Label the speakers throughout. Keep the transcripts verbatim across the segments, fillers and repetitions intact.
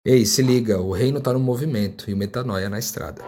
Speaker 1: Ei, se liga, o reino tá no movimento e o Metanoia na estrada.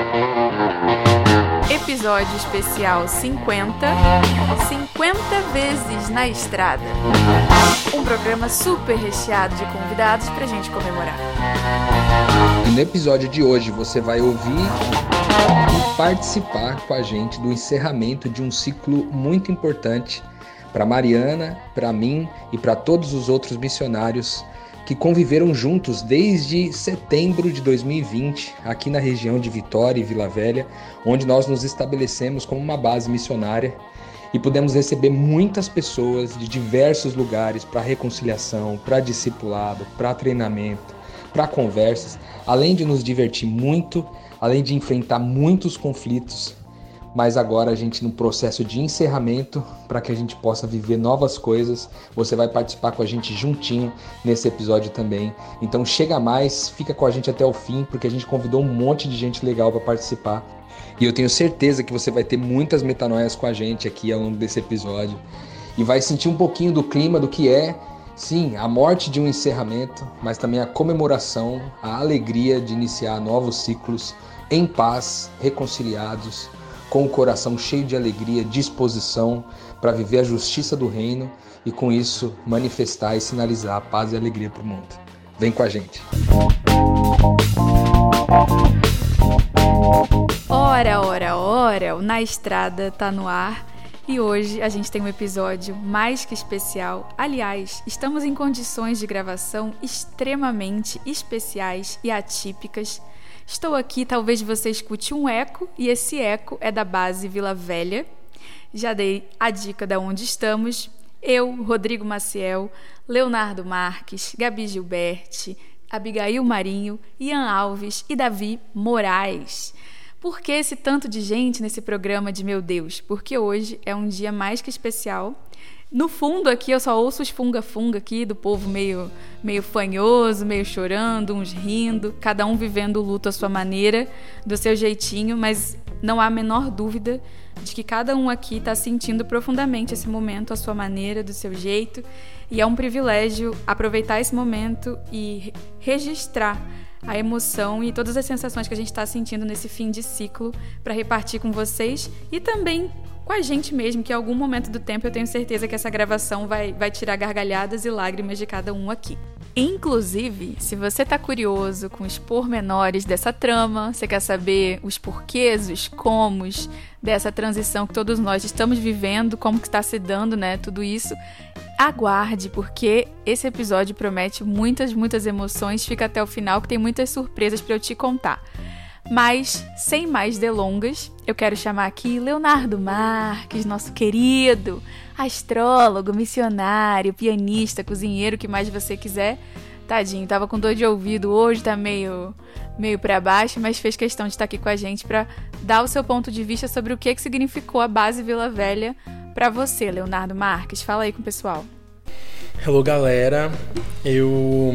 Speaker 2: Episódio especial cinquenta, cinquenta vezes na estrada. Um programa super recheado de convidados pra gente comemorar.
Speaker 1: E no episódio de hoje você vai ouvir e participar com a gente do encerramento de um ciclo muito importante para Mariana, para mim e para todos os outros missionários que conviveram juntos desde setembro de dois mil e vinte, aqui na região de Vitória e Vila Velha, onde nós nos estabelecemos como uma base missionária e pudemos receber muitas pessoas de diversos lugares para reconciliação, para discipulado, para treinamento, para conversas, além de nos divertir muito, além de enfrentar muitos conflitos. Mas agora a gente no processo de encerramento, para que a gente possa viver novas coisas. Você vai participar com a gente juntinho nesse episódio também. Então chega mais, fica com a gente até o fim, porque a gente convidou um monte de gente legal para participar. E eu tenho certeza que você vai ter muitas metanoias com a gente aqui ao longo desse episódio. E vai sentir um pouquinho do clima do que é, sim, a morte de um encerramento, mas também a comemoração, a alegria de iniciar novos ciclos em paz, reconciliados, com o coração cheio de alegria, disposição para viver a justiça do reino e com isso manifestar e sinalizar a paz e a alegria para o mundo. Vem com a gente!
Speaker 2: Ora, ora, ora, o Na Estrada tá no ar e hoje a gente tem um episódio mais que especial. Aliás, estamos em condições de gravação extremamente especiais e atípicas. Estou aqui, talvez você escute um eco, e esse eco é da base Vila Velha. Já dei a dica de onde estamos. Eu, Rodrigo Maciel, Leonardo Marques, Gabi Gilberti, Abigail Marinho, Ian Alves e Davi Moraes. Por que esse tanto de gente nesse programa de meu Deus? Porque hoje é um dia mais que especial. No fundo aqui eu só ouço os funga-funga aqui do povo meio, meio fanhoso, meio chorando, uns rindo, cada um vivendo o luto à sua maneira, do seu jeitinho, mas não há a menor dúvida de que cada um aqui está sentindo profundamente esse momento à sua maneira, do seu jeito, e é um privilégio aproveitar esse momento e registrar a emoção e todas as sensações que a gente está sentindo nesse fim de ciclo para repartir com vocês e também com a gente mesmo, que em algum momento do tempo eu tenho certeza que essa gravação vai, vai tirar gargalhadas e lágrimas de cada um aqui. Inclusive, se você está curioso com os pormenores dessa trama, você quer saber os porquês, os comos dessa transição que todos nós estamos vivendo, como que está se dando, né, tudo isso, aguarde, porque esse episódio promete muitas, muitas emoções. Fica até o final que tem muitas surpresas para eu te contar. Mas, sem mais delongas, eu quero chamar aqui Leonardo Marques, nosso querido astrólogo, missionário, pianista, cozinheiro, o que mais você quiser. Tadinho, tava com dor de ouvido hoje, tá meio, meio pra baixo, mas fez questão de estar aqui com a gente para dar o seu ponto de vista sobre o que, que significou a base Vila Velha para você, Leonardo Marques. Fala aí com o pessoal.
Speaker 3: Hello, galera. Eu...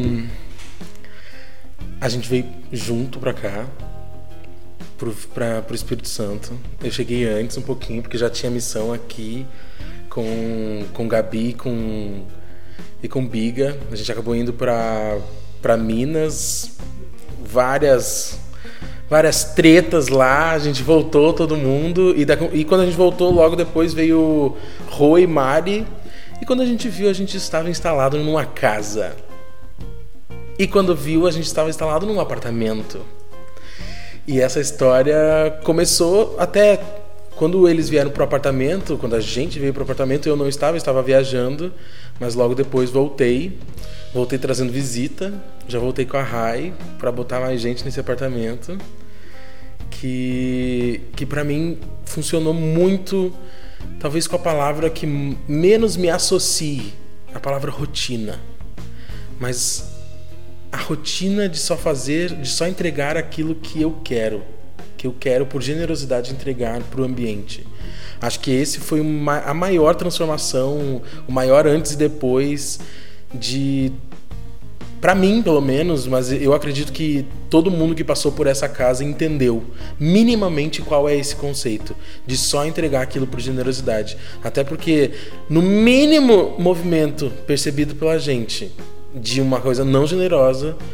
Speaker 3: A gente veio junto pra cá. Pro, pra, pro Espírito Santo. Eu cheguei antes um pouquinho, porque já tinha missão aqui com, com Gabi com, e com Biga. A gente acabou indo pra, pra Minas, várias, várias tretas lá, a gente voltou todo mundo, e, da, e quando a gente voltou, logo depois veio Rô e Mari, e quando a gente viu, a gente estava instalado numa casa. E quando viu, a gente estava instalado num apartamento. E essa história começou até quando eles vieram pro apartamento, quando a gente veio pro apartamento, eu não estava, eu estava viajando, mas logo depois voltei, voltei trazendo visita, já voltei com a Rai para botar mais gente nesse apartamento, que, que para mim funcionou muito, talvez com a palavra que menos me associe, a palavra rotina, mas a rotina de só fazer, de só entregar aquilo que eu quero, que eu quero por generosidade entregar para o ambiente. Acho que esse foi uma, a maior transformação, o maior antes e depois de, para mim pelo menos, mas eu acredito que todo mundo que passou por essa casa entendeu minimamente qual é esse conceito de só entregar aquilo por generosidade. Até porque no mínimo movimento percebido pela gente de uma coisa não generosa,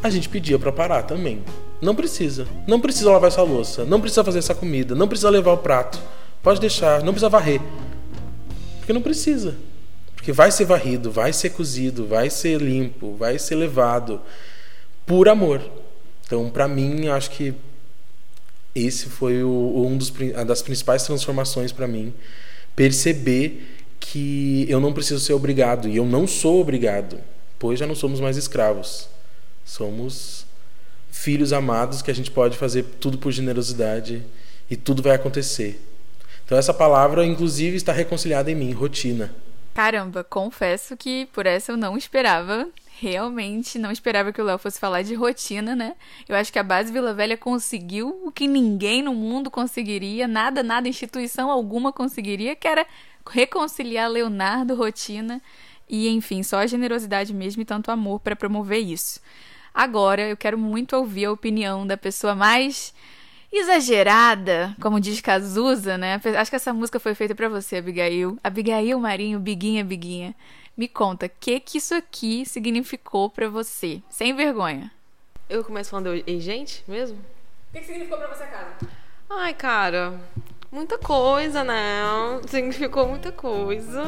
Speaker 3: a gente pedia pra parar também. Não precisa. Não precisa lavar essa louça. Não precisa fazer essa comida. Não precisa levar o prato. Pode deixar. Não precisa varrer. Porque não precisa. Porque vai ser varrido, vai ser cozido, vai ser limpo, vai ser levado por amor. Então, pra mim, acho que esse foi o, um dos, uma das principais transformações pra mim. Perceber que eu não preciso ser obrigado. E eu não sou obrigado. Pois já não somos mais escravos. Somos filhos amados que a gente pode fazer tudo por generosidade e tudo vai acontecer. Então essa palavra, inclusive, está reconciliada em mim, rotina.
Speaker 2: Caramba, confesso que por essa eu não esperava. Realmente não esperava que o Léo fosse falar de rotina, né? Eu acho que a base Vila Velha conseguiu o que ninguém no mundo conseguiria, nada, nada, instituição alguma conseguiria, que era reconciliar Leonardo, rotina e, enfim, só a generosidade mesmo e tanto amor para promover isso. Agora, eu quero muito ouvir a opinião da pessoa mais exagerada, como diz Cazuza, né? Acho que essa música foi feita pra você, Abigail. Abigail Marinho, Biguinha, Biguinha. Me conta, o que que isso aqui significou pra você? Sem vergonha.
Speaker 4: Eu começo falando ei, gente, mesmo?
Speaker 2: O que que significou pra você a casa?
Speaker 4: Ai, cara, muita coisa, né? Significou muita coisa.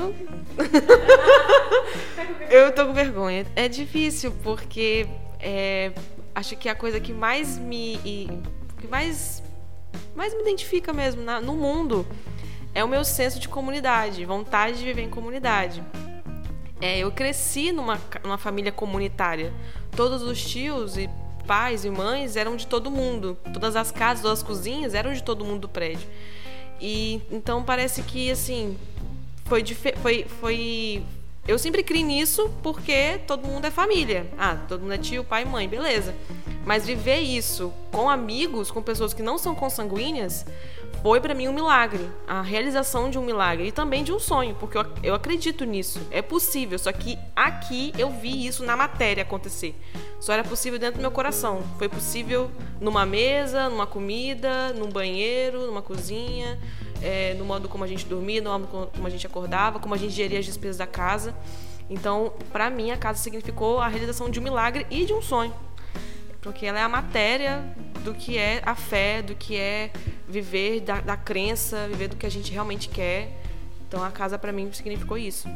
Speaker 4: Eu tô com vergonha. É difícil, porque... É, acho que a coisa que mais me que mais, mais me identifica mesmo na, no mundo é o meu senso de comunidade, vontade de viver em comunidade. É, eu cresci numa, numa família comunitária. Todos os tios e pais e mães eram de todo mundo. Todas as casas, todas as cozinhas eram de todo mundo do prédio. E então parece que assim foi, foi, foi eu sempre criei nisso porque todo mundo é família. Ah, todo mundo é tio, pai e mãe, beleza. Mas viver isso com amigos, com pessoas que não são consanguíneas, foi pra mim um milagre. A realização de um milagre e também de um sonho, porque eu, eu acredito nisso. É possível, só que aqui eu vi isso na matéria acontecer. Só era possível dentro do meu coração. Foi possível numa mesa, numa comida, num banheiro, numa cozinha... É, no modo como a gente dormia, no modo como a gente acordava, como a gente geria as despesas da casa. Então, pra mim, a casa significou a realização de um milagre e de um sonho. Porque ela é a matéria do que é a fé, do que é viver da, da crença, viver do que a gente realmente quer. Então, a casa, pra mim, significou isso.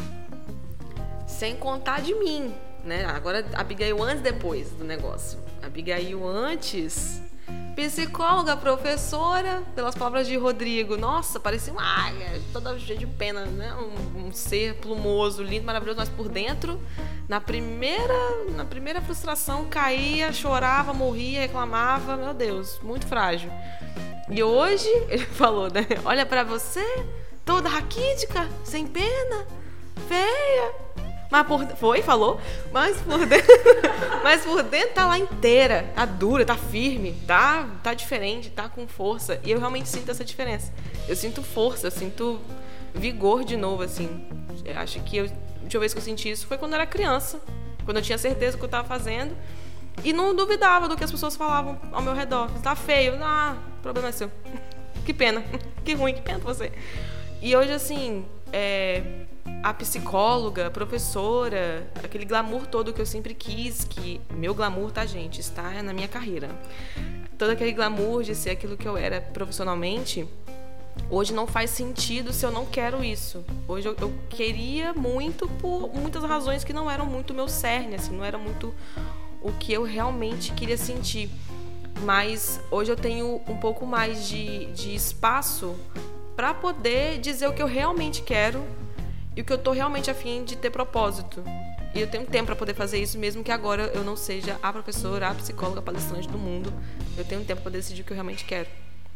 Speaker 4: Sem contar de mim, né? Agora, Abigail antes e depois do negócio. Abigail antes... Psicóloga, professora, pelas palavras de Rodrigo. Nossa, parecia uma águia, toda cheia de pena, né? Um, um ser plumoso, lindo, maravilhoso, mas por dentro, na primeira, na primeira frustração, caía, chorava, morria, reclamava. Meu Deus, muito frágil. E hoje, ele falou, né? Olha pra você, toda raquítica, sem pena, feia. Mas por... Foi, falou. Mas por dentro... Mas por dentro tá lá inteira. Tá dura, tá firme. Tá, tá diferente, tá com força. E eu realmente sinto essa diferença. Eu sinto força, eu sinto vigor de novo, assim. Eu acho que eu... a última vez que eu senti isso foi quando eu era criança. Quando eu tinha certeza do que eu tava fazendo. E não duvidava do que as pessoas falavam ao meu redor. Tá feio. Ah, o problema é seu. Que pena. Que ruim, que pena você. E hoje, assim... É... a psicóloga, a professora, aquele glamour todo que eu sempre quis, que meu glamour, tá, gente, está na minha carreira. Todo aquele glamour de ser aquilo que eu era profissionalmente, hoje não faz sentido se eu não quero isso. Hoje eu, eu queria muito por muitas razões que não eram muito meu cerne, assim, não era muito o que eu realmente queria sentir. Mas hoje eu tenho um pouco mais de, de espaço para poder dizer o que eu realmente quero e o que eu tô realmente afim de ter propósito. E eu tenho tempo para poder fazer isso, mesmo que agora eu não seja a professora, a psicóloga, a palestrante do mundo. Eu tenho tempo para decidir o que eu realmente quero.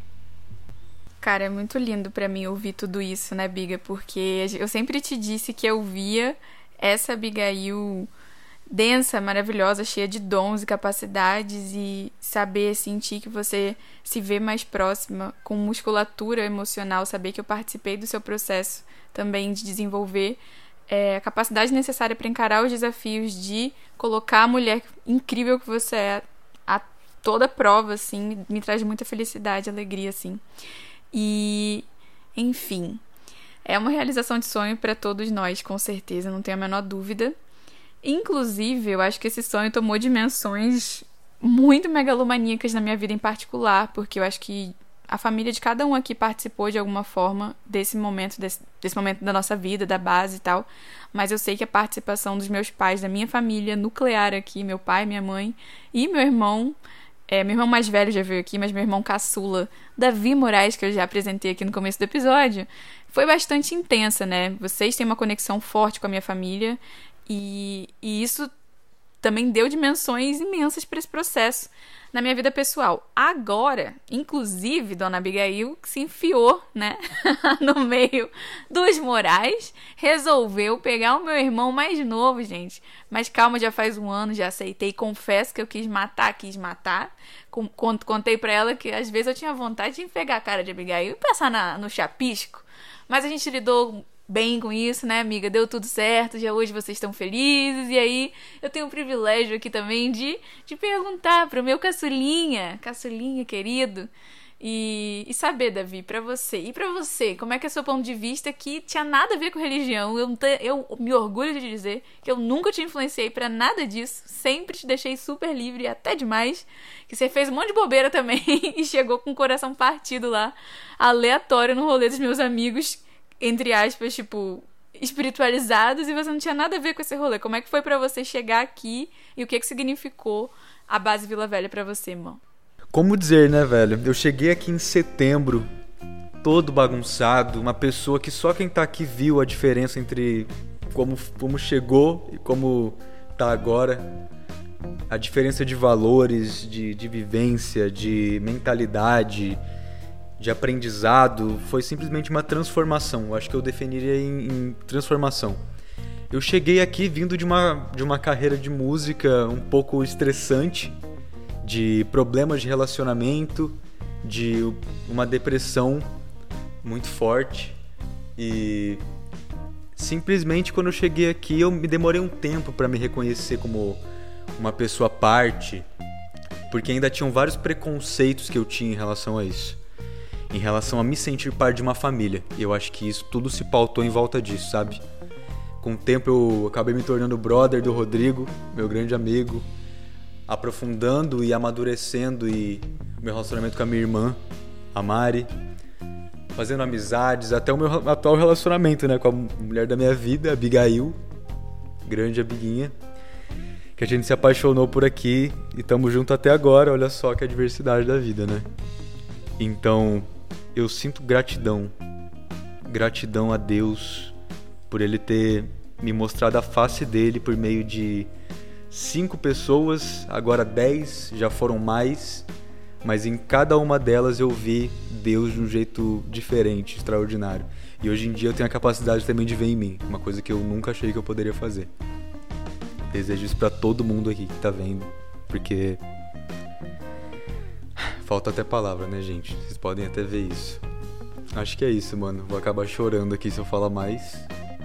Speaker 2: Cara, é muito lindo pra mim ouvir tudo isso, né, Biga? Porque eu sempre te disse que eu via essa Abigail densa, maravilhosa, cheia de dons e capacidades, e saber, sentir que você se vê mais próxima, com musculatura emocional, saber que eu participei do seu processo também de desenvolver é, a capacidade necessária para encarar os desafios de colocar a mulher incrível que você é a toda prova, assim, me traz muita felicidade, alegria, assim. E, enfim, é uma realização de sonho para todos nós, com certeza, não tenho a menor dúvida. Inclusive, eu acho que esse sonho tomou dimensões muito megalomaníacas na minha vida em particular, porque eu acho que a família de cada um aqui participou de alguma forma desse momento, desse, desse momento da nossa vida, da base e tal, mas eu sei que a participação dos meus pais, da minha família nuclear aqui, meu pai, minha mãe e meu irmão, é, meu irmão mais velho já veio aqui, mas meu irmão caçula, Davi Moraes, que eu já apresentei aqui no começo do episódio, foi bastante intensa, né? Vocês têm uma conexão forte com a minha família e, e isso também deu dimensões imensas para esse processo na minha vida pessoal. Agora, inclusive, Dona Abigail, que se enfiou, né, no meio dos Morais, resolveu pegar o meu irmão mais novo, gente. Mas calma, já faz um ano, já aceitei. Confesso que eu quis matar, quis matar. Contei pra ela que às vezes eu tinha vontade de pegar a cara de Abigail e passar na, no chapisco. Mas a gente lidou bem com isso, né, amiga? Deu tudo certo, já hoje vocês estão felizes. E aí eu tenho o privilégio aqui também de, de perguntar pro meu caçulinha, caçulinha querido, e, e saber, Davi, pra você, e pra você, como é que é o seu ponto de vista que tinha nada a ver com religião? Eu, eu me orgulho de dizer que eu nunca te influenciei pra nada disso, sempre te deixei super livre, até demais, que você fez um monte de bobeira também e chegou com o coração partido lá, aleatório no rolê dos meus amigos, entre aspas, tipo, espiritualizados, e você não tinha nada a ver com esse rolê. Como é que foi pra você chegar aqui e o que que significou a base Vila Velha pra você, irmão?
Speaker 5: Como dizer, né, velho? Eu cheguei aqui em setembro, todo bagunçado, uma pessoa que só quem tá aqui viu a diferença entre como, como chegou e como tá agora. A diferença de valores, de, de vivência, de mentalidade, de aprendizado, foi simplesmente uma transformação. Eu acho que eu definiria em, em transformação. Eu cheguei aqui vindo de uma, de uma carreira de música um pouco estressante, de problemas de relacionamento, de uma depressão muito forte. E simplesmente quando eu cheguei aqui eu me demorei um tempo para me reconhecer como uma pessoa à parte, porque ainda tinham vários preconceitos que eu tinha em relação a isso, em relação a me sentir parte de uma família. E eu acho que isso tudo se pautou em volta disso, sabe? Com o tempo eu acabei me tornando brother do Rodrigo, meu grande amigo, aprofundando e amadurecendo e meu relacionamento com a minha irmã, a Mari, fazendo amizades, até o meu atual relacionamento, né, com a mulher da minha vida, a Abigail, grande Abiguinha, que a gente se apaixonou por aqui e estamos juntos até agora. Olha só que a diversidade da vida, né? Então, eu sinto gratidão, gratidão a Deus por Ele ter me mostrado a face dele por meio de cinco pessoas, agora dez, já foram mais, mas em cada uma delas eu vi Deus de um jeito diferente, extraordinário. E hoje em dia eu tenho a capacidade também de ver em mim, uma coisa que eu nunca achei que eu poderia fazer. Desejo isso pra todo mundo aqui que tá vendo, porque falta até palavra, né, gente? Vocês podem até ver isso. Acho que é isso, mano. Vou acabar chorando aqui se eu falar mais.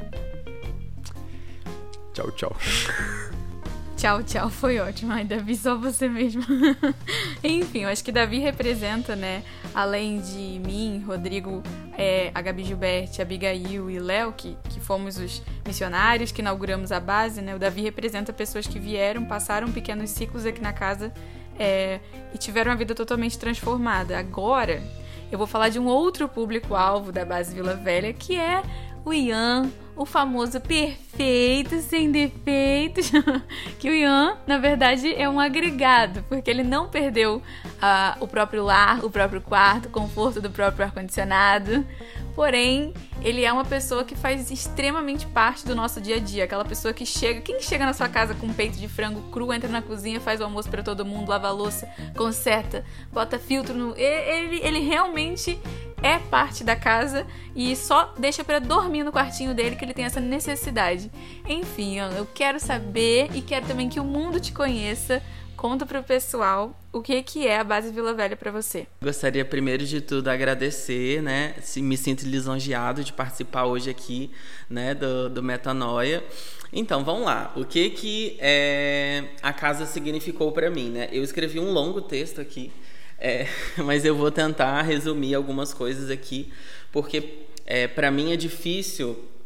Speaker 5: Tchau, tchau.
Speaker 2: Tchau, tchau, foi ótimo. Ai, Davi, só você mesmo. Enfim, eu acho que Davi representa, né, além de mim, Rodrigo, é, a Gabi Gilberti, Abigail e Léo, que, que fomos os missionários que inauguramos a base, né? O Davi representa pessoas que vieram, passaram pequenos ciclos aqui na casa é, e tiveram uma vida totalmente transformada. Agora, eu vou falar de um outro público-alvo da base Vila Velha, que é o Ian, o famoso perfeito, sem defeitos, que o Ian, na verdade, é um agregado, porque ele não perdeu uh, o próprio lar, o próprio quarto, o conforto do próprio ar-condicionado, porém, ele é uma pessoa que faz extremamente parte do nosso dia a dia, aquela pessoa que chega, quem chega na sua casa com um peito de frango cru, entra na cozinha, faz o almoço pra todo mundo, lava a louça, conserta, bota filtro no... Ele, ele realmente é parte da casa e só deixa pra dormir no quartinho dele, que ele tem essa necessidade. Enfim, eu quero saber e quero também que o mundo te conheça. Conta pro pessoal o que, que é a base Vila Velha pra você.
Speaker 6: Gostaria primeiro de tudo agradecer, né? Me sinto lisonjeado de participar hoje aqui, né, do, do Metanoia. Então, vamos lá. O que que é, a casa significou pra mim, né? Eu escrevi um longo texto aqui, é, mas eu vou tentar resumir algumas coisas aqui, porque é, pra mim é difícil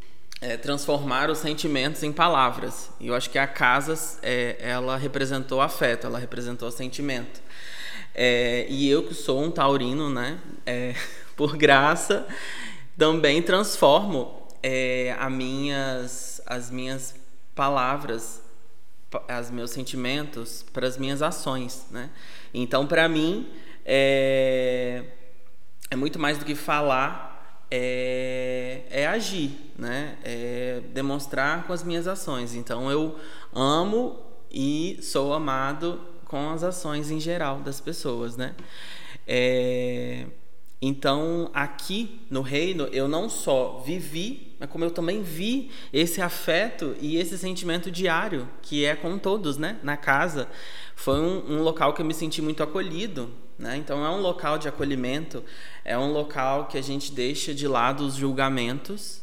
Speaker 6: é, transformar os sentimentos em palavras. E eu acho que a casa, é, ela representou afeto, ela representou sentimento. É, e eu que sou um taurino, né, é, por graça, também transformo é, a minhas, as minhas palavras, os meus sentimentos para as minhas ações, né? Então, para mim, é, é muito mais do que falar, é, é agir, né? É demonstrar com as minhas ações. Então, eu amo e sou amado com as ações em geral das pessoas, né? É, então, aqui no reino, eu não só vivi, mas como eu também vi esse afeto e esse sentimento diário, que é com todos, né? Na casa. Foi um, um local que eu me senti muito acolhido, né? Então, é um local de acolhimento, é um local que a gente deixa de lado os julgamentos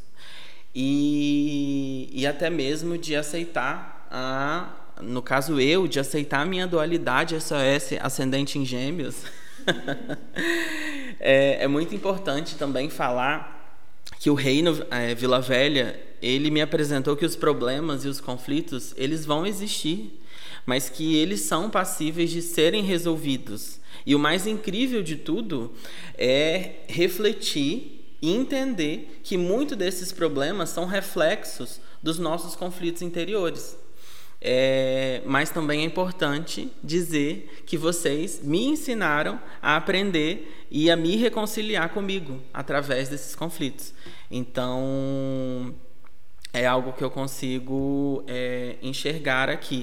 Speaker 6: e, e até mesmo de aceitar a... No caso eu, de aceitar a minha dualidade S O S ascendente em gêmeos. é, é muito importante também falar que o reino é, Vila Velha, ele me apresentou que os problemas e os conflitos, eles vão existir, mas que eles são passíveis de serem resolvidos. E o mais incrível de tudo é refletir e entender que muitos desses problemas são reflexos dos nossos conflitos interiores. É, mas também é importante dizer que vocês me ensinaram a aprender e a me reconciliar comigo através desses conflitos. Então, é algo que eu consigo é, enxergar aqui.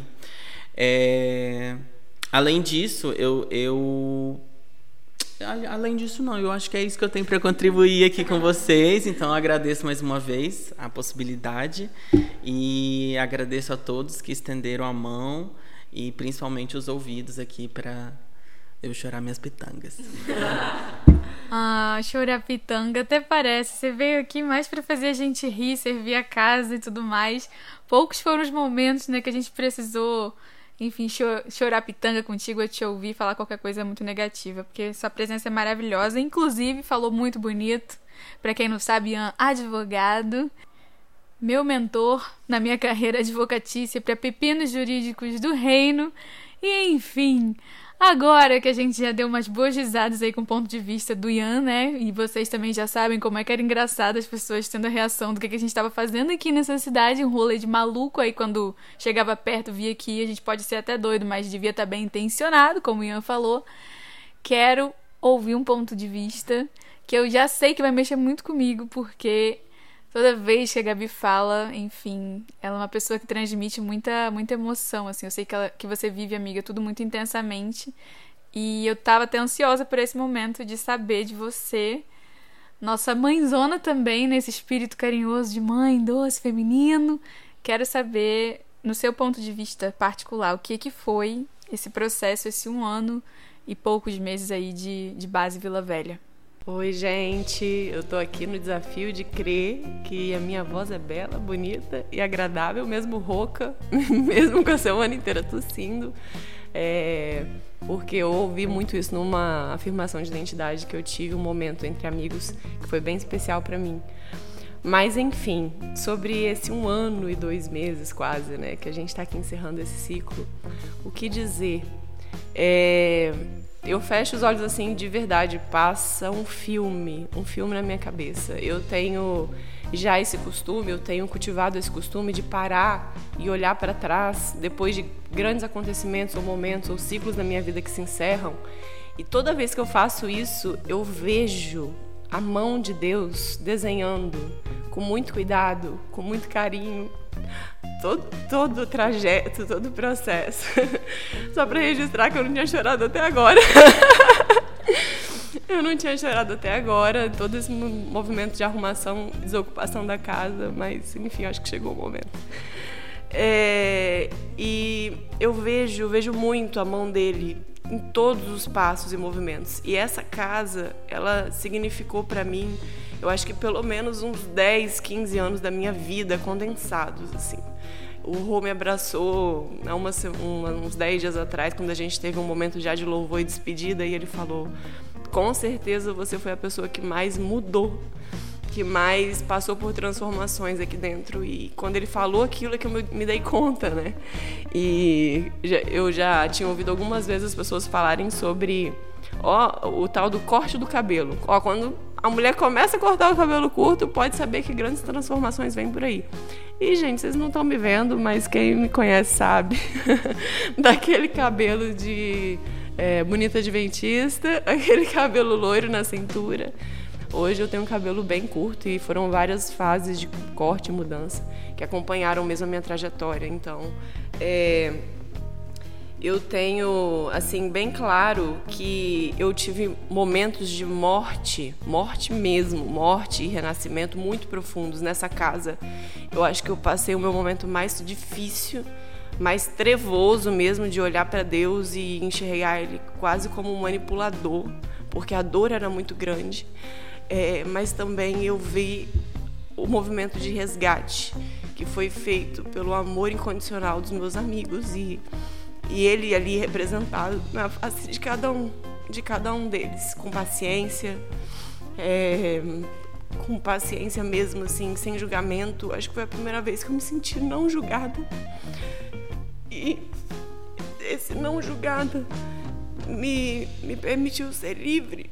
Speaker 6: É, além disso, eu, eu... Além disso, não. Eu acho que é isso que eu tenho para contribuir aqui com vocês. Então, eu agradeço mais uma vez a possibilidade e agradeço a todos que estenderam a mão e principalmente os ouvidos aqui para eu chorar minhas pitangas.
Speaker 2: Ah, chorar pitanga até parece. Você veio aqui mais para fazer a gente rir, servir a casa e tudo mais. Poucos foram os momentos, né, que a gente precisou... Enfim, chorar pitanga contigo, eu te ouvir falar qualquer coisa muito negativa, porque sua presença é maravilhosa. Inclusive, falou muito bonito. Pra quem não sabe, Ian, advogado, meu mentor na minha carreira advocatícia para pepinos jurídicos do reino. E, enfim, agora que a gente já deu umas boas risadas aí com o ponto de vista do Ian, né? E vocês também já sabem como é que era engraçado as pessoas tendo a reação do que a gente estava fazendo aqui nessa cidade, um rolê de maluco. Aí quando chegava perto, via que a gente pode ser até doido, mas devia estar bem intencionado, como o Ian falou. Quero ouvir um ponto de vista que eu já sei que vai mexer muito comigo, porque toda vez que a Gabi fala, enfim, ela é uma pessoa que transmite muita, muita emoção, assim. Eu sei que, ela, que você vive, amiga, tudo muito intensamente. E eu tava até ansiosa por esse momento de saber de você, nossa mãezona também, nesse espírito carinhoso de mãe, doce, feminino. Quero saber, no seu ponto de vista particular, o que que foi esse processo, esse um ano e poucos meses aí de, de base Vila Velha.
Speaker 4: Oi, gente, eu tô aqui no desafio de crer que a minha voz é bela, bonita e agradável, mesmo rouca, mesmo com a semana inteira tossindo, é, porque eu ouvi muito isso numa afirmação de identidade que eu tive, um momento entre amigos que foi bem especial pra mim. Mas, enfim, sobre esse um ano e dois meses quase, né, que a gente tá aqui encerrando esse ciclo, o que dizer? É... Eu fecho os olhos assim, de verdade, passa um filme, um filme na minha cabeça. Eu tenho já esse costume, eu tenho cultivado esse costume de parar e olhar para trás depois de grandes acontecimentos ou momentos ou ciclos na minha vida que se encerram. E toda vez que eu faço isso, eu vejo a mão de Deus desenhando com muito cuidado, com muito carinho, todo, todo o trajeto, todo o processo. Só para registrar que eu não tinha chorado até agora. Eu não tinha chorado até agora, todo esse movimento de arrumação, desocupação da casa, mas enfim, acho que chegou o momento. É, e eu vejo, vejo muito a mão dele em todos os passos e movimentos. E essa casa, ela significou para mim, eu acho que pelo menos uns dez, quinze anos da minha vida condensados, assim. O Rô me abraçou há uma, uma, uns dez dias atrás, quando a gente teve um momento já de louvor e despedida, e ele falou: com certeza você foi a pessoa que mais mudou, que mais passou por transformações aqui dentro. E quando ele falou aquilo é que eu me dei conta, né? E já, eu já tinha ouvido algumas vezes as pessoas falarem sobre ó, o tal do corte do cabelo. Ó, quando a mulher começa a cortar o cabelo curto, pode saber que grandes transformações vêm por aí. E, gente, vocês não estão me vendo, mas quem me conhece sabe. Daquele cabelo de é, bonita adventista, aquele cabelo loiro na cintura. Hoje eu tenho um cabelo bem curto e foram várias fases de corte e mudança que acompanharam mesmo a minha trajetória. Então, é, eu tenho, assim, bem claro que eu tive momentos de morte, morte mesmo, morte e renascimento muito profundos nessa casa. Eu acho que eu passei o meu momento mais difícil, mais trevoso mesmo, de olhar para Deus e enxergar Ele quase como um manipulador, porque a dor era muito grande. É, mas também eu vi o movimento de resgate que foi feito pelo amor incondicional dos meus amigos e, e ele ali representado na face de cada um, de cada um deles, com paciência, é, com paciência mesmo, assim, sem julgamento. Acho que foi a primeira vez que eu me senti não julgada. E esse não julgada me, me permitiu ser livre.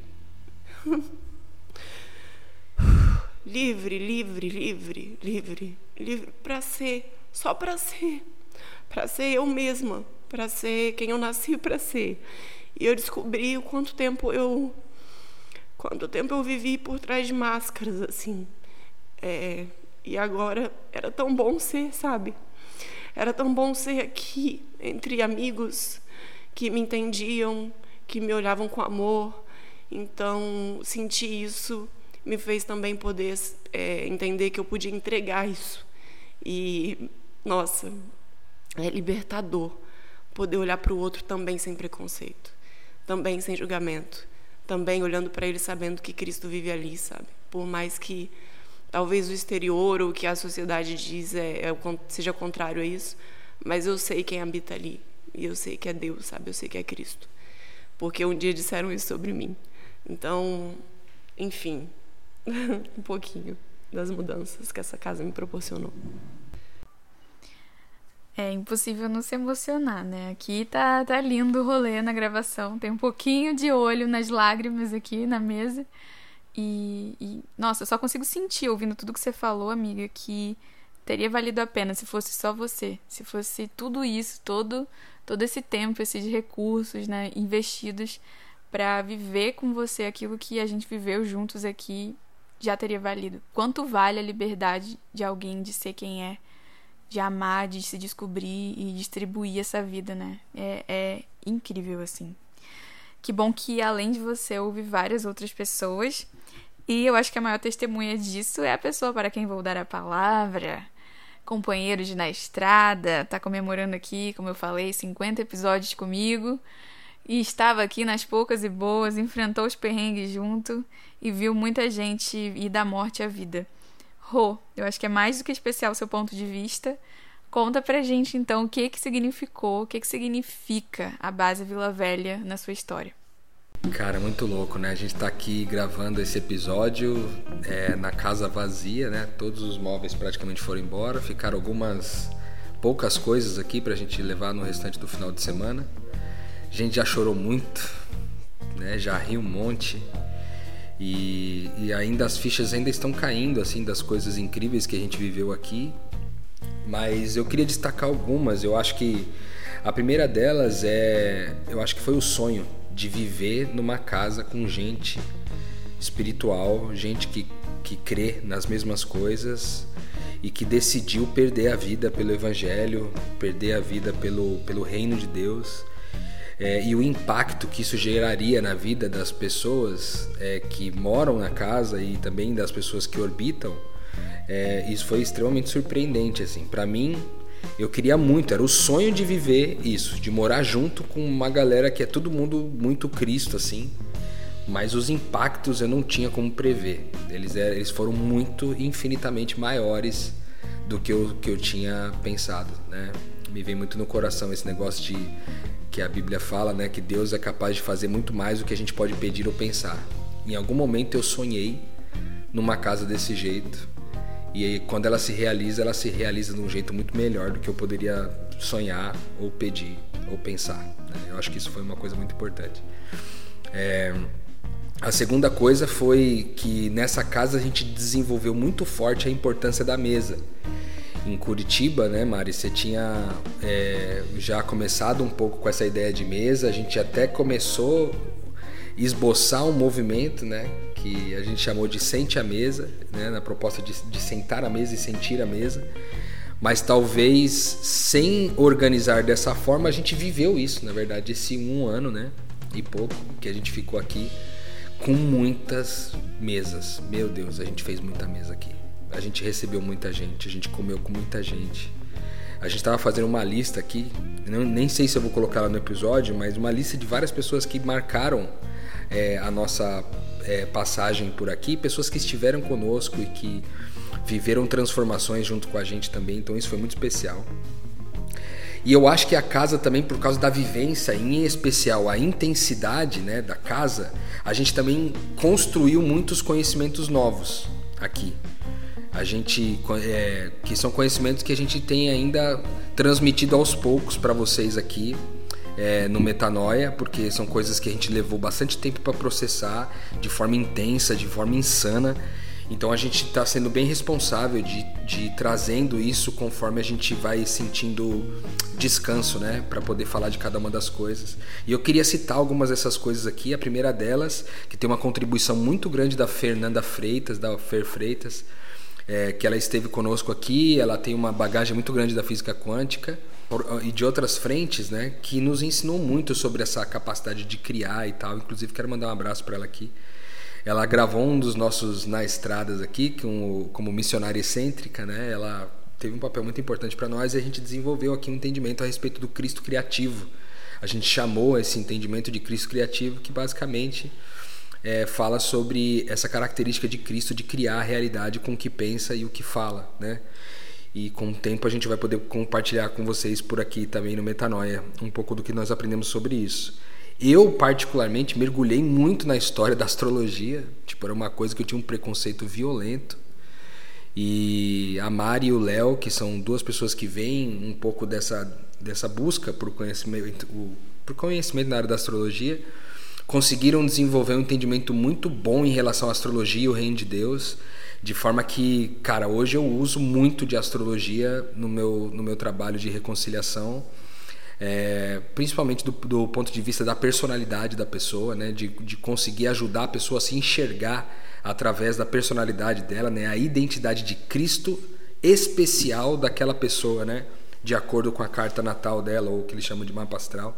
Speaker 4: Livre, livre, livre, livre, livre para ser, só para ser, para ser eu mesma, para ser quem eu nasci para ser. E eu descobri o quanto tempo eu, quanto tempo eu vivi por trás de máscaras, assim. É, e agora era tão bom ser, sabe? Era tão bom ser aqui, entre amigos que me entendiam, que me olhavam com amor. Então, sentir isso me fez também poder é, entender que eu podia entregar isso. E, nossa, é libertador poder olhar para o outro também sem preconceito, também sem julgamento, também olhando para ele sabendo que Cristo vive ali, sabe? Por mais que talvez o exterior ou o que a sociedade diz é, é, seja contrário a isso, mas eu sei quem habita ali, e eu sei que é Deus, sabe? Eu sei que é Cristo, porque um dia disseram isso sobre mim. Então, enfim, um pouquinho das mudanças que essa casa me proporcionou.
Speaker 2: É impossível não se emocionar, né? Aqui tá, tá lindo o rolê na gravação. Tem um pouquinho de olho nas lágrimas aqui na mesa. E, e, nossa, eu só consigo sentir, ouvindo tudo que você falou, amiga, que teria valido a pena se fosse só você. Se fosse tudo isso, todo, todo esse tempo, esses recursos, né, investidos para viver com você aquilo que a gente viveu juntos aqui, já teria valido. Quanto vale a liberdade de alguém de ser quem é, de amar, de se descobrir e distribuir essa vida, né? É, é incrível, assim. Que bom que, além de você, houve várias outras pessoas. E eu acho que a maior testemunha disso é a pessoa para quem vou dar a palavra. Companheiros na estrada, tá comemorando aqui, como eu falei, cinquenta episódios comigo. E estava aqui nas poucas e boas, enfrentou os perrengues junto e viu muita gente ir da morte à vida. Rô, eu acho que é mais do que especial o seu ponto de vista. Conta pra gente, então, o que que significou, o que que significa a base Vila Velha na sua história.
Speaker 1: Cara, muito louco, né? A gente tá aqui gravando esse episódio é, na casa vazia, né? Todos os móveis praticamente foram embora. Ficaram algumas poucas coisas aqui pra gente levar no restante do final de semana. A gente já chorou muito, né? Já riu um monte. E, e ainda as fichas ainda estão caindo, assim, das coisas incríveis que a gente viveu aqui. Mas eu queria destacar algumas. Eu acho que a primeira delas é... Eu acho que foi o sonho de viver numa casa com gente espiritual, gente que, que crê nas mesmas coisas e que decidiu perder a vida pelo Evangelho, perder a vida pelo, pelo reino de Deus. É, e o impacto que isso geraria na vida das pessoas é, que moram na casa e também das pessoas que orbitam, é, isso foi extremamente surpreendente, assim. Para mim, eu queria muito, era o sonho de viver isso, de morar junto com uma galera que é todo mundo muito Cristo, assim, mas os impactos eu não tinha como prever. Eles, eram, eles foram muito, infinitamente maiores do que eu, que eu tinha pensado, né? Me vem muito no coração esse negócio de que a Bíblia fala, né, que Deus é capaz de fazer muito mais do que a gente pode pedir ou pensar. Em algum momento eu sonhei numa casa desse jeito. E aí, quando ela se realiza, ela se realiza de um jeito muito melhor do que eu poderia sonhar ou pedir ou pensar, né? Eu acho que isso foi uma coisa muito importante. É... A segunda coisa foi que nessa casa a gente desenvolveu muito forte a importância da mesa. Em Curitiba, né, Mari, você tinha é, já começado um pouco com essa ideia de mesa, a gente até começou a esboçar um movimento, né, que a gente chamou de Sente a Mesa, né, na proposta de, de sentar à mesa e sentir a mesa, mas talvez sem organizar dessa forma a gente viveu isso, na verdade, esse um ano, né, e pouco que a gente ficou aqui, com muitas mesas. Meu Deus, a gente fez muita mesa aqui. A gente recebeu muita gente, a gente comeu com muita gente. A gente estava fazendo uma lista aqui, não, nem sei se eu vou colocar lá no episódio, mas uma lista de várias pessoas que marcaram é, a nossa é, passagem por aqui, pessoas que estiveram conosco e que viveram transformações junto com a gente também, então isso foi muito especial. E eu acho que a casa também, por causa da vivência, em especial a intensidade, né, da casa, a gente também construiu muitos conhecimentos novos aqui. A gente, é, que são conhecimentos que a gente tem ainda transmitido aos poucos para vocês aqui é, no Metanoia, porque são coisas que a gente levou bastante tempo para processar de forma intensa, de forma insana. Então a gente está sendo bem responsável de, de ir trazendo isso conforme a gente vai sentindo descanso, né, para poder falar de cada uma das coisas. E eu queria citar algumas dessas coisas aqui. A primeira delas, que tem uma contribuição muito grande da Fernanda Freitas, da Fer Freitas, é, que ela esteve conosco aqui. Ela tem uma bagagem muito grande da física quântica e de outras frentes, né, que nos ensinou muito sobre essa capacidade de criar e tal. Inclusive quero mandar um abraço para ela aqui. Ela gravou um dos nossos Na Estradas aqui, como, como missionária excêntrica, né? Ela teve um papel muito importante para nós e a gente desenvolveu aqui um entendimento a respeito do Cristo criativo. A gente chamou esse entendimento de Cristo criativo, que basicamente é, fala sobre essa característica de Cristo de criar a realidade com o que pensa e o que fala, né? E com o tempo a gente vai poder compartilhar com vocês por aqui também no Metanoia um pouco do que nós aprendemos sobre isso. Eu, particularmente, mergulhei muito na história da astrologia. Tipo, era uma coisa que eu tinha um preconceito violento. E a Mari e o Léo, que são duas pessoas que veem um pouco dessa, dessa busca por conhecimento, por conhecimento na área da astrologia, conseguiram desenvolver um entendimento muito bom em relação à astrologia e o reino de Deus, de forma que, cara, hoje eu uso muito de astrologia no meu, no meu trabalho de reconciliação. É, principalmente do, do ponto de vista da personalidade da pessoa, né? de, de conseguir ajudar a pessoa a se enxergar através da personalidade dela, né? A identidade de Cristo especial daquela pessoa, né? De acordo com a carta natal dela, ou o que eles chamam de mapa astral.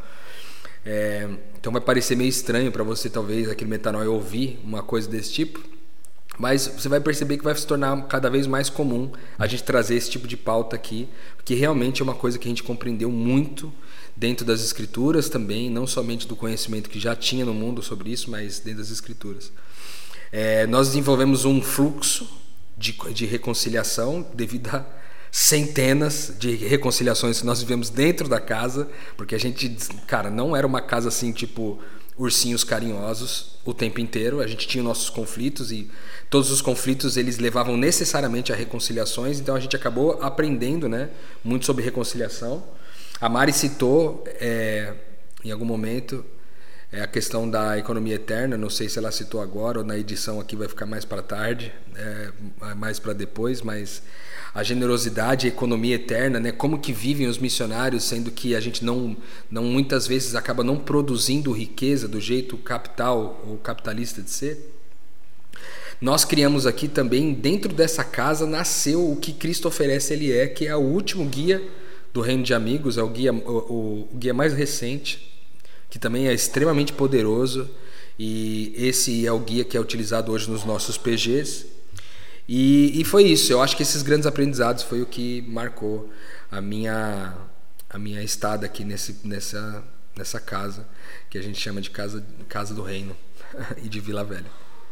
Speaker 1: É, então vai parecer meio estranho para você, talvez, aqui no Metanoia, ouvir uma coisa desse tipo, mas você vai perceber que vai se tornar cada vez mais comum a gente trazer esse tipo de pauta aqui, porque realmente é uma coisa que a gente compreendeu muito dentro das escrituras também, não somente do conhecimento que já tinha no mundo sobre isso, mas dentro das escrituras. É, nós desenvolvemos um fluxo de, de reconciliação devido a centenas de reconciliações que nós vivemos dentro da casa, porque a gente, cara, não era uma casa assim, tipo ursinhos carinhosos o tempo inteiro. A gente tinha nossos conflitos e todos os conflitos eles levavam necessariamente a reconciliações, então a gente acabou aprendendo, né, muito sobre reconciliação. A Mari citou é, em algum momento é, a questão da economia eterna, não sei se ela citou agora ou na edição aqui vai ficar mais para tarde, é, mais para depois, mas a generosidade, a economia eterna, né? Como que vivem os missionários, sendo que a gente não, não muitas vezes acaba não produzindo riqueza do jeito capital ou capitalista de ser. Nós criamos aqui também, dentro dessa casa, nasceu o que Cristo oferece, ele é, que é o último guia do Reino de Amigos, é o guia, o, o guia mais recente, que também é extremamente poderoso, e esse é o guia que é utilizado hoje nos nossos P Gs. E, e foi isso, eu acho que esses grandes aprendizados foi o que marcou a minha, a minha estada aqui nesse, nessa, nessa casa, que a gente chama de Casa, casa do Reino e de Vila Velha.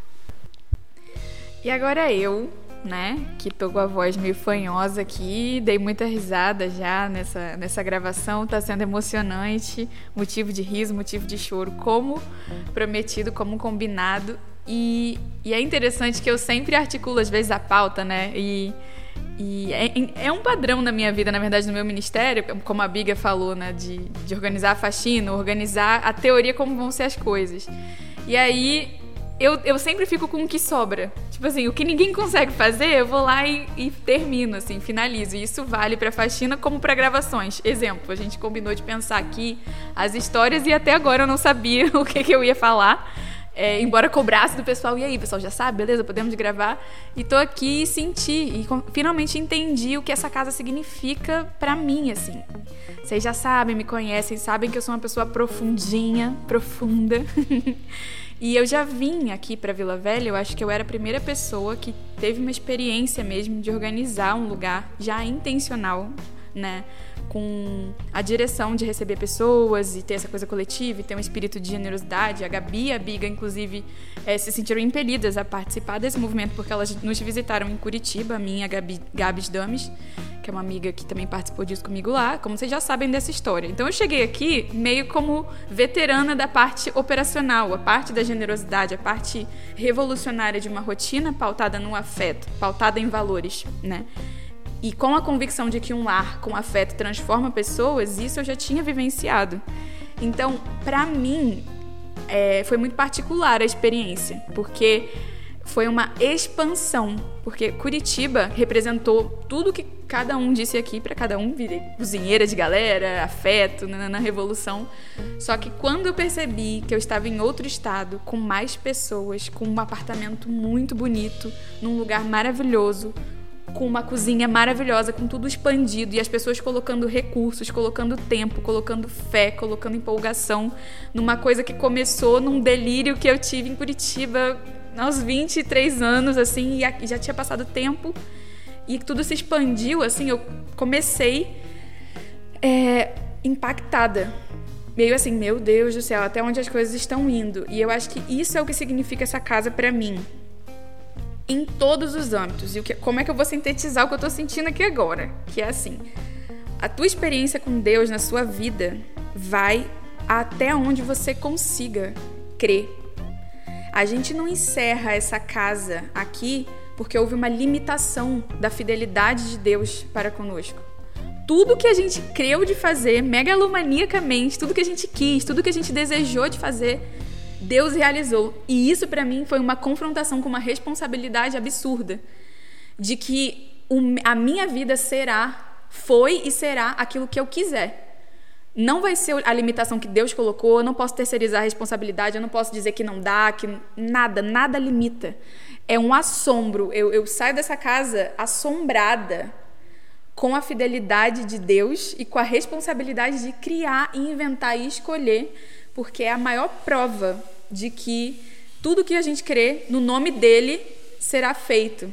Speaker 2: E agora eu, né, que tô com a voz meio fanhosa aqui, dei muita risada já nessa, nessa gravação, tá sendo emocionante, motivo de riso, motivo de choro, como prometido, como combinado. E, e é interessante que eu sempre articulo, às vezes, a pauta, né? E, e é, é um padrão na minha vida, na verdade, no meu ministério, como a Biga falou, né? De, de organizar a faxina, organizar a teoria como vão ser as coisas. E aí, eu, eu sempre fico com o que sobra. Tipo assim, o que ninguém consegue fazer, eu vou lá e, e termino, assim, finalizo. E isso vale pra faxina como pra gravações. Exemplo, a gente combinou de pensar aqui as histórias e até agora eu não sabia o que, que eu ia falar. É, embora cobrasse do pessoal, e aí, pessoal, já sabe? Beleza, podemos gravar? E tô aqui e senti, e com, finalmente entendi o que essa casa significa pra mim, assim. Vocês já sabem, me conhecem, sabem que eu sou uma pessoa profundinha, profunda. E eu já vim aqui pra Vila Velha, eu acho que eu era a primeira pessoa que teve uma experiência mesmo de organizar um lugar já intencional, né? Com a direção de receber pessoas e ter essa coisa coletiva e ter um espírito de generosidade. A Gabi e a Biga, inclusive, é, se sentiram impelidas a participar desse movimento porque elas nos visitaram em Curitiba, a minha, a Gabi, Gabs Dames, que é uma amiga que também participou disso comigo lá, como vocês já sabem dessa história. Então eu cheguei aqui meio como veterana da parte operacional, a parte da generosidade, a parte revolucionária de uma rotina pautada no afeto, pautada em valores, né? E com a convicção de que um lar com afeto transforma pessoas, isso eu já tinha vivenciado. Então, pra mim, é, foi muito particular a experiência, porque foi uma expansão. Porque Curitiba representou tudo que cada um disse aqui, pra cada um, virei cozinheira de galera, afeto, na, na revolução. Só que quando eu percebi que eu estava em outro estado, com mais pessoas, com um apartamento muito bonito, num lugar maravilhoso, com uma cozinha maravilhosa, com tudo expandido e as pessoas colocando recursos, colocando tempo, colocando fé, colocando empolgação numa coisa que começou num delírio que eu tive em Curitiba aos vinte e três anos, assim, e já tinha passado tempo e tudo se expandiu, assim, eu comecei é, impactada. Meio assim, meu Deus do céu, até onde as coisas estão indo. E eu acho que isso é o que significa essa casa pra mim. Em todos os âmbitos. E o que, como é que eu vou sintetizar o que eu tô sentindo aqui agora? Que é assim, a tua experiência com Deus na sua vida vai até onde você consiga crer. A gente não encerra essa casa aqui porque houve uma limitação da fidelidade de Deus para conosco. Tudo que a gente creu de fazer, megalomaniacamente, tudo que a gente quis, tudo que a gente desejou de fazer, Deus realizou. E isso pra mim foi uma confrontação com uma responsabilidade absurda de que a minha vida será, foi e será aquilo que eu quiser. Não vai ser a limitação que Deus colocou, eu não posso terceirizar a responsabilidade, eu não posso dizer que não dá, que nada, nada limita. É um assombro. Eu, eu saio dessa casa assombrada com a fidelidade de Deus e com a responsabilidade de criar, inventar e escolher, porque é a maior prova de que tudo que a gente crê no nome dele será feito.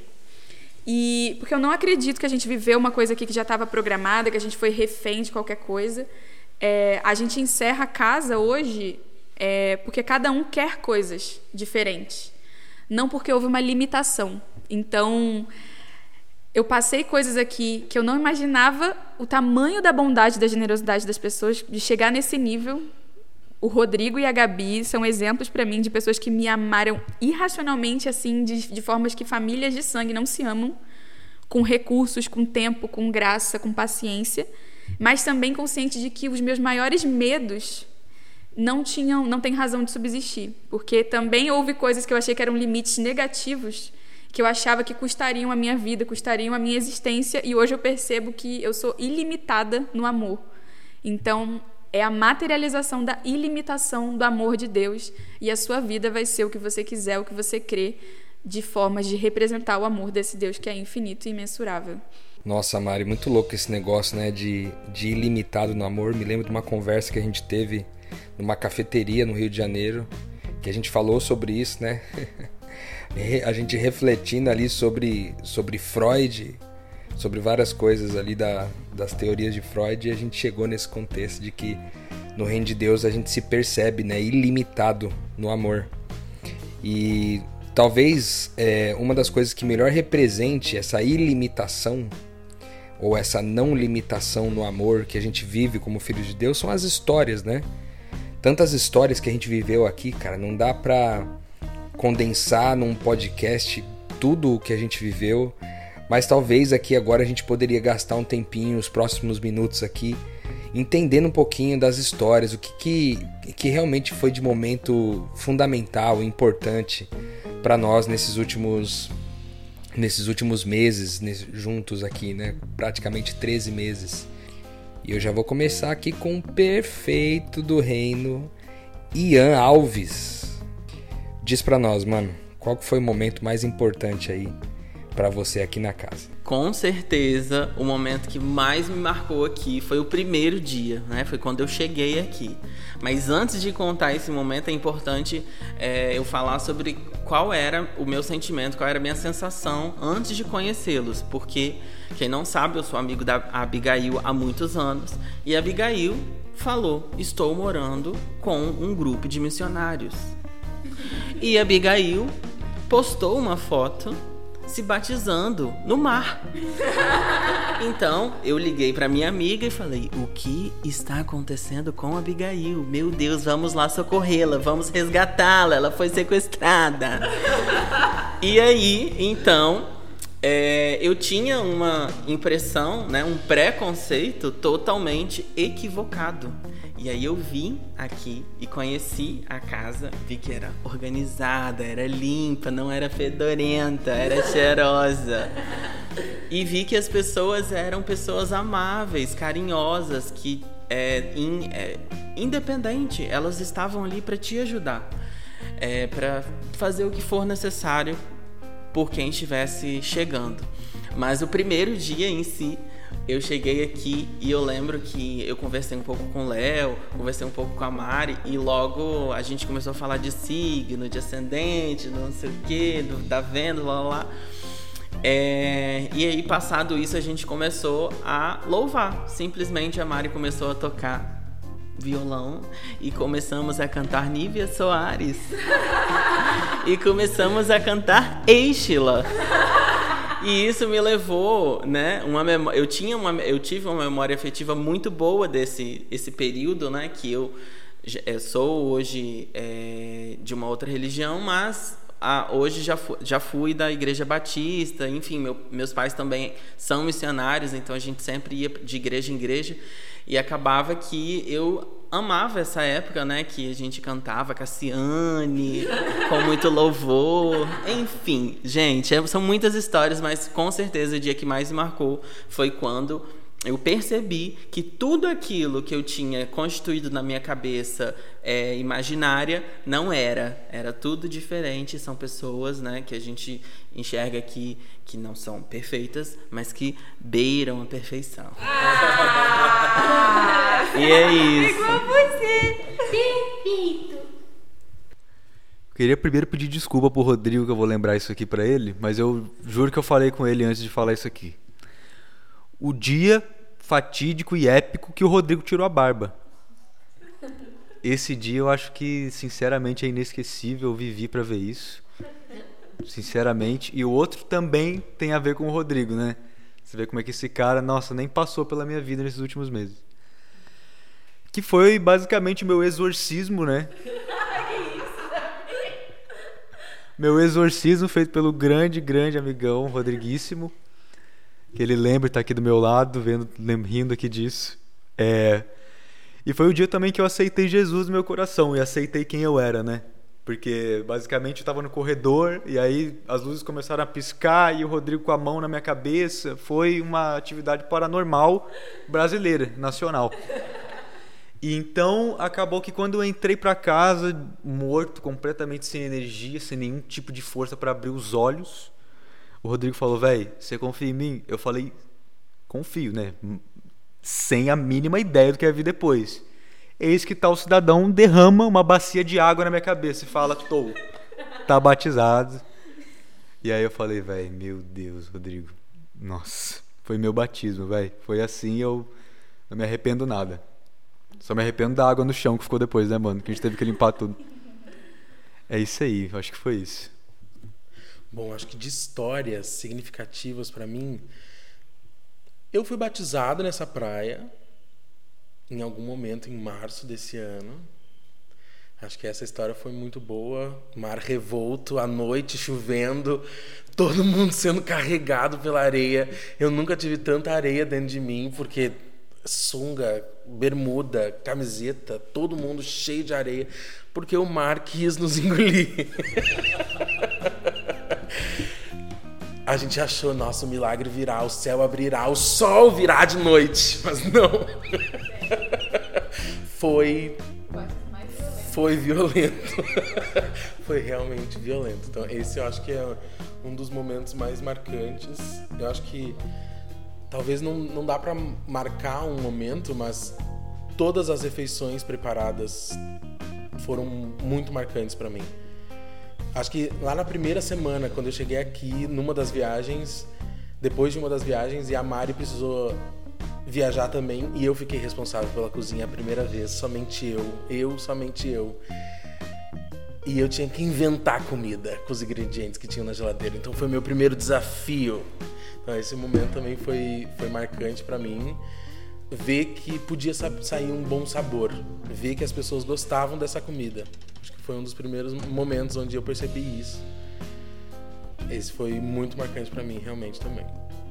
Speaker 2: E porque eu não acredito que a gente viveu uma coisa aqui que já estava programada, que a gente foi refém de qualquer coisa. É, a gente encerra a casa hoje é, porque cada um quer coisas diferentes, não porque houve uma limitação. Então, eu passei coisas aqui que eu não imaginava o tamanho da bondade e da generosidade das pessoas de chegar nesse nível. O Rodrigo e a Gabi são exemplos para mim de pessoas que me amaram irracionalmente, assim, de, de formas que famílias de sangue não se amam, com recursos, com tempo, com graça, com paciência, mas também consciente de que os meus maiores medos não tinham, não têm razão de subsistir, porque também houve coisas que eu achei que eram limites negativos, que eu achava que custariam a minha vida, custariam a minha existência, e hoje eu percebo que eu sou ilimitada no amor. Então, é a materialização da ilimitação do amor de Deus, e a sua vida vai ser o que você quiser, o que você crê, de formas de representar o amor desse Deus que é infinito e imensurável.
Speaker 1: Nossa, Mari, muito louco esse negócio, né, de, de ilimitado no amor. Me lembro de uma conversa que a gente teve numa cafeteria no Rio de Janeiro, que a gente falou sobre isso, né? A gente refletindo ali sobre, sobre Freud, sobre várias coisas ali da, das teorias de Freud, e a gente chegou nesse contexto de que no reino de Deus a gente se percebe, né, ilimitado no amor. E talvez é, uma das coisas que melhor represente essa ilimitação ou essa não limitação no amor que a gente vive como filho de Deus são as histórias, né? Tantas histórias que a gente viveu aqui, cara, não dá pra condensar num podcast tudo o que a gente viveu, mas talvez aqui agora a gente poderia gastar um tempinho, os próximos minutos aqui, entendendo um pouquinho das histórias, o que, que, que realmente foi de momento fundamental e importante para nós nesses últimos, nesses últimos meses, nesse, juntos aqui, né? Praticamente treze meses. E eu já vou começar aqui com o perfeito do reino, Ian Alves. Diz pra nós, mano, qual que foi o momento mais importante aí pra você aqui na casa?
Speaker 6: Com certeza, o momento que mais me marcou aqui foi o primeiro dia, né? Foi quando eu cheguei aqui. Mas antes de contar esse momento, é importante é, eu falar sobre qual era o meu sentimento, qual era a minha sensação antes de conhecê-los. Porque, quem não sabe, eu sou amigo da Abigail há muitos anos. E a Abigail falou, estou morando com um grupo de missionários. E a Abigail postou uma foto se batizando no mar. Então, eu liguei pra minha amiga e falei, o que está acontecendo com a Abigail? Meu Deus, vamos lá socorrê-la, vamos resgatá-la, ela foi sequestrada. E aí, então, é, eu tinha uma impressão, né, um preconceito totalmente equivocado. E aí eu vim aqui e conheci a casa, vi que era organizada, era limpa, não era fedorenta, era cheirosa. E vi que as pessoas eram pessoas amáveis, carinhosas, que é, in, é, independente, elas estavam ali para te ajudar, é, para fazer o que for necessário por quem estivesse chegando. Mas o primeiro dia em si, eu cheguei aqui e eu lembro que eu conversei um pouco com o Léo, conversei um pouco com a Mari e logo a gente começou a falar de signo, de ascendente, não sei o que, da venda, lá, lá, lá. É, e aí, passado isso, a gente começou a louvar. Simplesmente a Mari começou a tocar violão e começamos a cantar Nívia Soares. E começamos a cantar Eichila. E isso me levou, né, uma memória, eu tinha uma, eu tive uma memória afetiva muito boa desse esse período, né, que eu, eu sou hoje é, de uma outra religião, mas a, hoje já fui, já fui da Igreja Batista, enfim, meu, meus pais também são missionários, então a gente sempre ia de igreja em igreja e acabava que eu amava essa época, né, que a gente cantava Cassiane, com muito louvor, enfim, gente, são muitas histórias, mas com certeza o dia que mais me marcou foi quando eu percebi que tudo aquilo que eu tinha constituído na minha cabeça é, imaginária não era, era tudo diferente, são pessoas, né, que a gente enxerga aqui que não são perfeitas, mas que beiram a perfeição. Ah! E é isso.
Speaker 7: Igual você. Perfeito.
Speaker 5: Eu queria primeiro pedir desculpa pro Rodrigo, que eu vou lembrar isso aqui pra ele, mas eu juro que eu falei com ele antes de falar isso aqui. O dia fatídico e épico que o Rodrigo tirou a barba. Esse dia eu acho que, sinceramente, é inesquecível. Eu vivi pra ver isso. Sinceramente. E o outro também tem a ver com o Rodrigo, né? Você vê como é que esse cara, nossa, nem passou pela minha vida nesses últimos meses. Que foi basicamente meu exorcismo, né? Meu exorcismo feito pelo grande, grande amigão Rodriguíssimo. Que ele lembra, tá aqui do meu lado, vendo, rindo aqui disso. É... E foi o dia também que eu aceitei Jesus no meu coração e aceitei quem eu era, né? Porque basicamente eu tava no corredor e aí as luzes começaram a piscar e o Rodrigo com a mão na minha cabeça. Foi uma atividade paranormal brasileira, nacional. E então acabou que quando eu entrei pra casa, morto, completamente sem energia, sem nenhum tipo de força para abrir os olhos, o Rodrigo falou, véi, você confia em mim? Eu falei, confio, né? Sem a mínima ideia do que ia vir depois. Eis que tal cidadão derrama uma bacia de água na minha cabeça e fala, tô, tá batizado. E aí eu falei, véi, meu Deus, Rodrigo, nossa, foi meu batismo, véi. Foi assim, eu não me arrependo nada. Só me arrependo da água no chão que ficou depois, né, mano? Que a gente teve que limpar tudo. É isso aí, acho que foi isso.
Speaker 3: Bom, acho que de histórias significativas pra mim, eu fui batizado nessa praia em algum momento em março desse ano. Acho que essa história foi muito boa. Mar revolto, à noite, chovendo, todo mundo sendo carregado pela areia. Eu nunca tive tanta areia dentro de mim, porque sunga, bermuda, camiseta, todo mundo cheio de areia, porque o mar quis nos engolir. A gente achou, nossa, o milagre virá, o céu abrirá, o sol virá de noite, mas não. Foi... Foi violento. Foi realmente violento. Então, esse eu acho que é um dos momentos mais marcantes. Eu acho que talvez não, não dá pra marcar um momento, mas todas as refeições preparadas foram muito marcantes pra mim. Acho que lá na primeira semana, quando eu cheguei aqui, numa das viagens, depois de uma das viagens, e a Mari precisou viajar também, e eu fiquei responsável pela cozinha a primeira vez, somente eu, eu, somente eu. E eu tinha que inventar comida com os ingredientes que tinham na geladeira, então foi meu primeiro desafio. Então esse momento também foi, foi marcante pra mim, ver que podia sair um bom sabor, ver que as pessoas gostavam dessa comida. Acho que foi um dos primeiros momentos onde eu percebi isso. Esse foi muito marcante pra mim, realmente, também.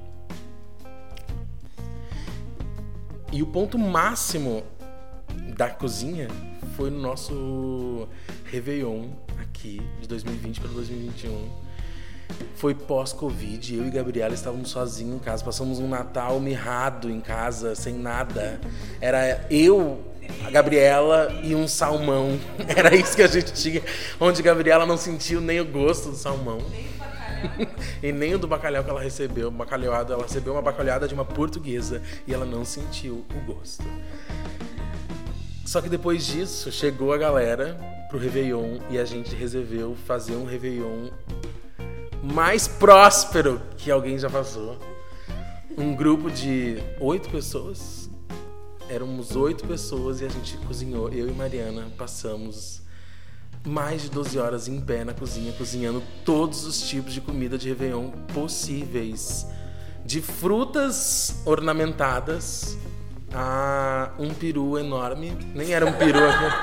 Speaker 3: E o ponto máximo da cozinha foi no nosso Réveillon aqui, de dois mil e vinte para dois mil e vinte e um. Foi pós-Covid, eu e Gabriela estávamos sozinhos em casa, passamos um Natal mirrado em casa, sem nada. Era eu, a Gabriela e um salmão. Era isso que a gente tinha, onde a Gabriela não sentiu nem o gosto do salmão. E nem o do bacalhau que ela recebeu. Bacalhauado, ela recebeu uma bacalhada de uma portuguesa e ela não sentiu o gosto. Só que depois disso, chegou a galera pro Réveillon e a gente resolveu fazer um Réveillon mais próspero que alguém já passou. Um grupo de oito pessoas. Éramos oito pessoas e a gente cozinhou. Eu e Mariana passamos mais de doze horas em pé na cozinha, cozinhando todos os tipos de comida de Réveillon possíveis. De frutas ornamentadas a um peru enorme. Nem era um peru aqui.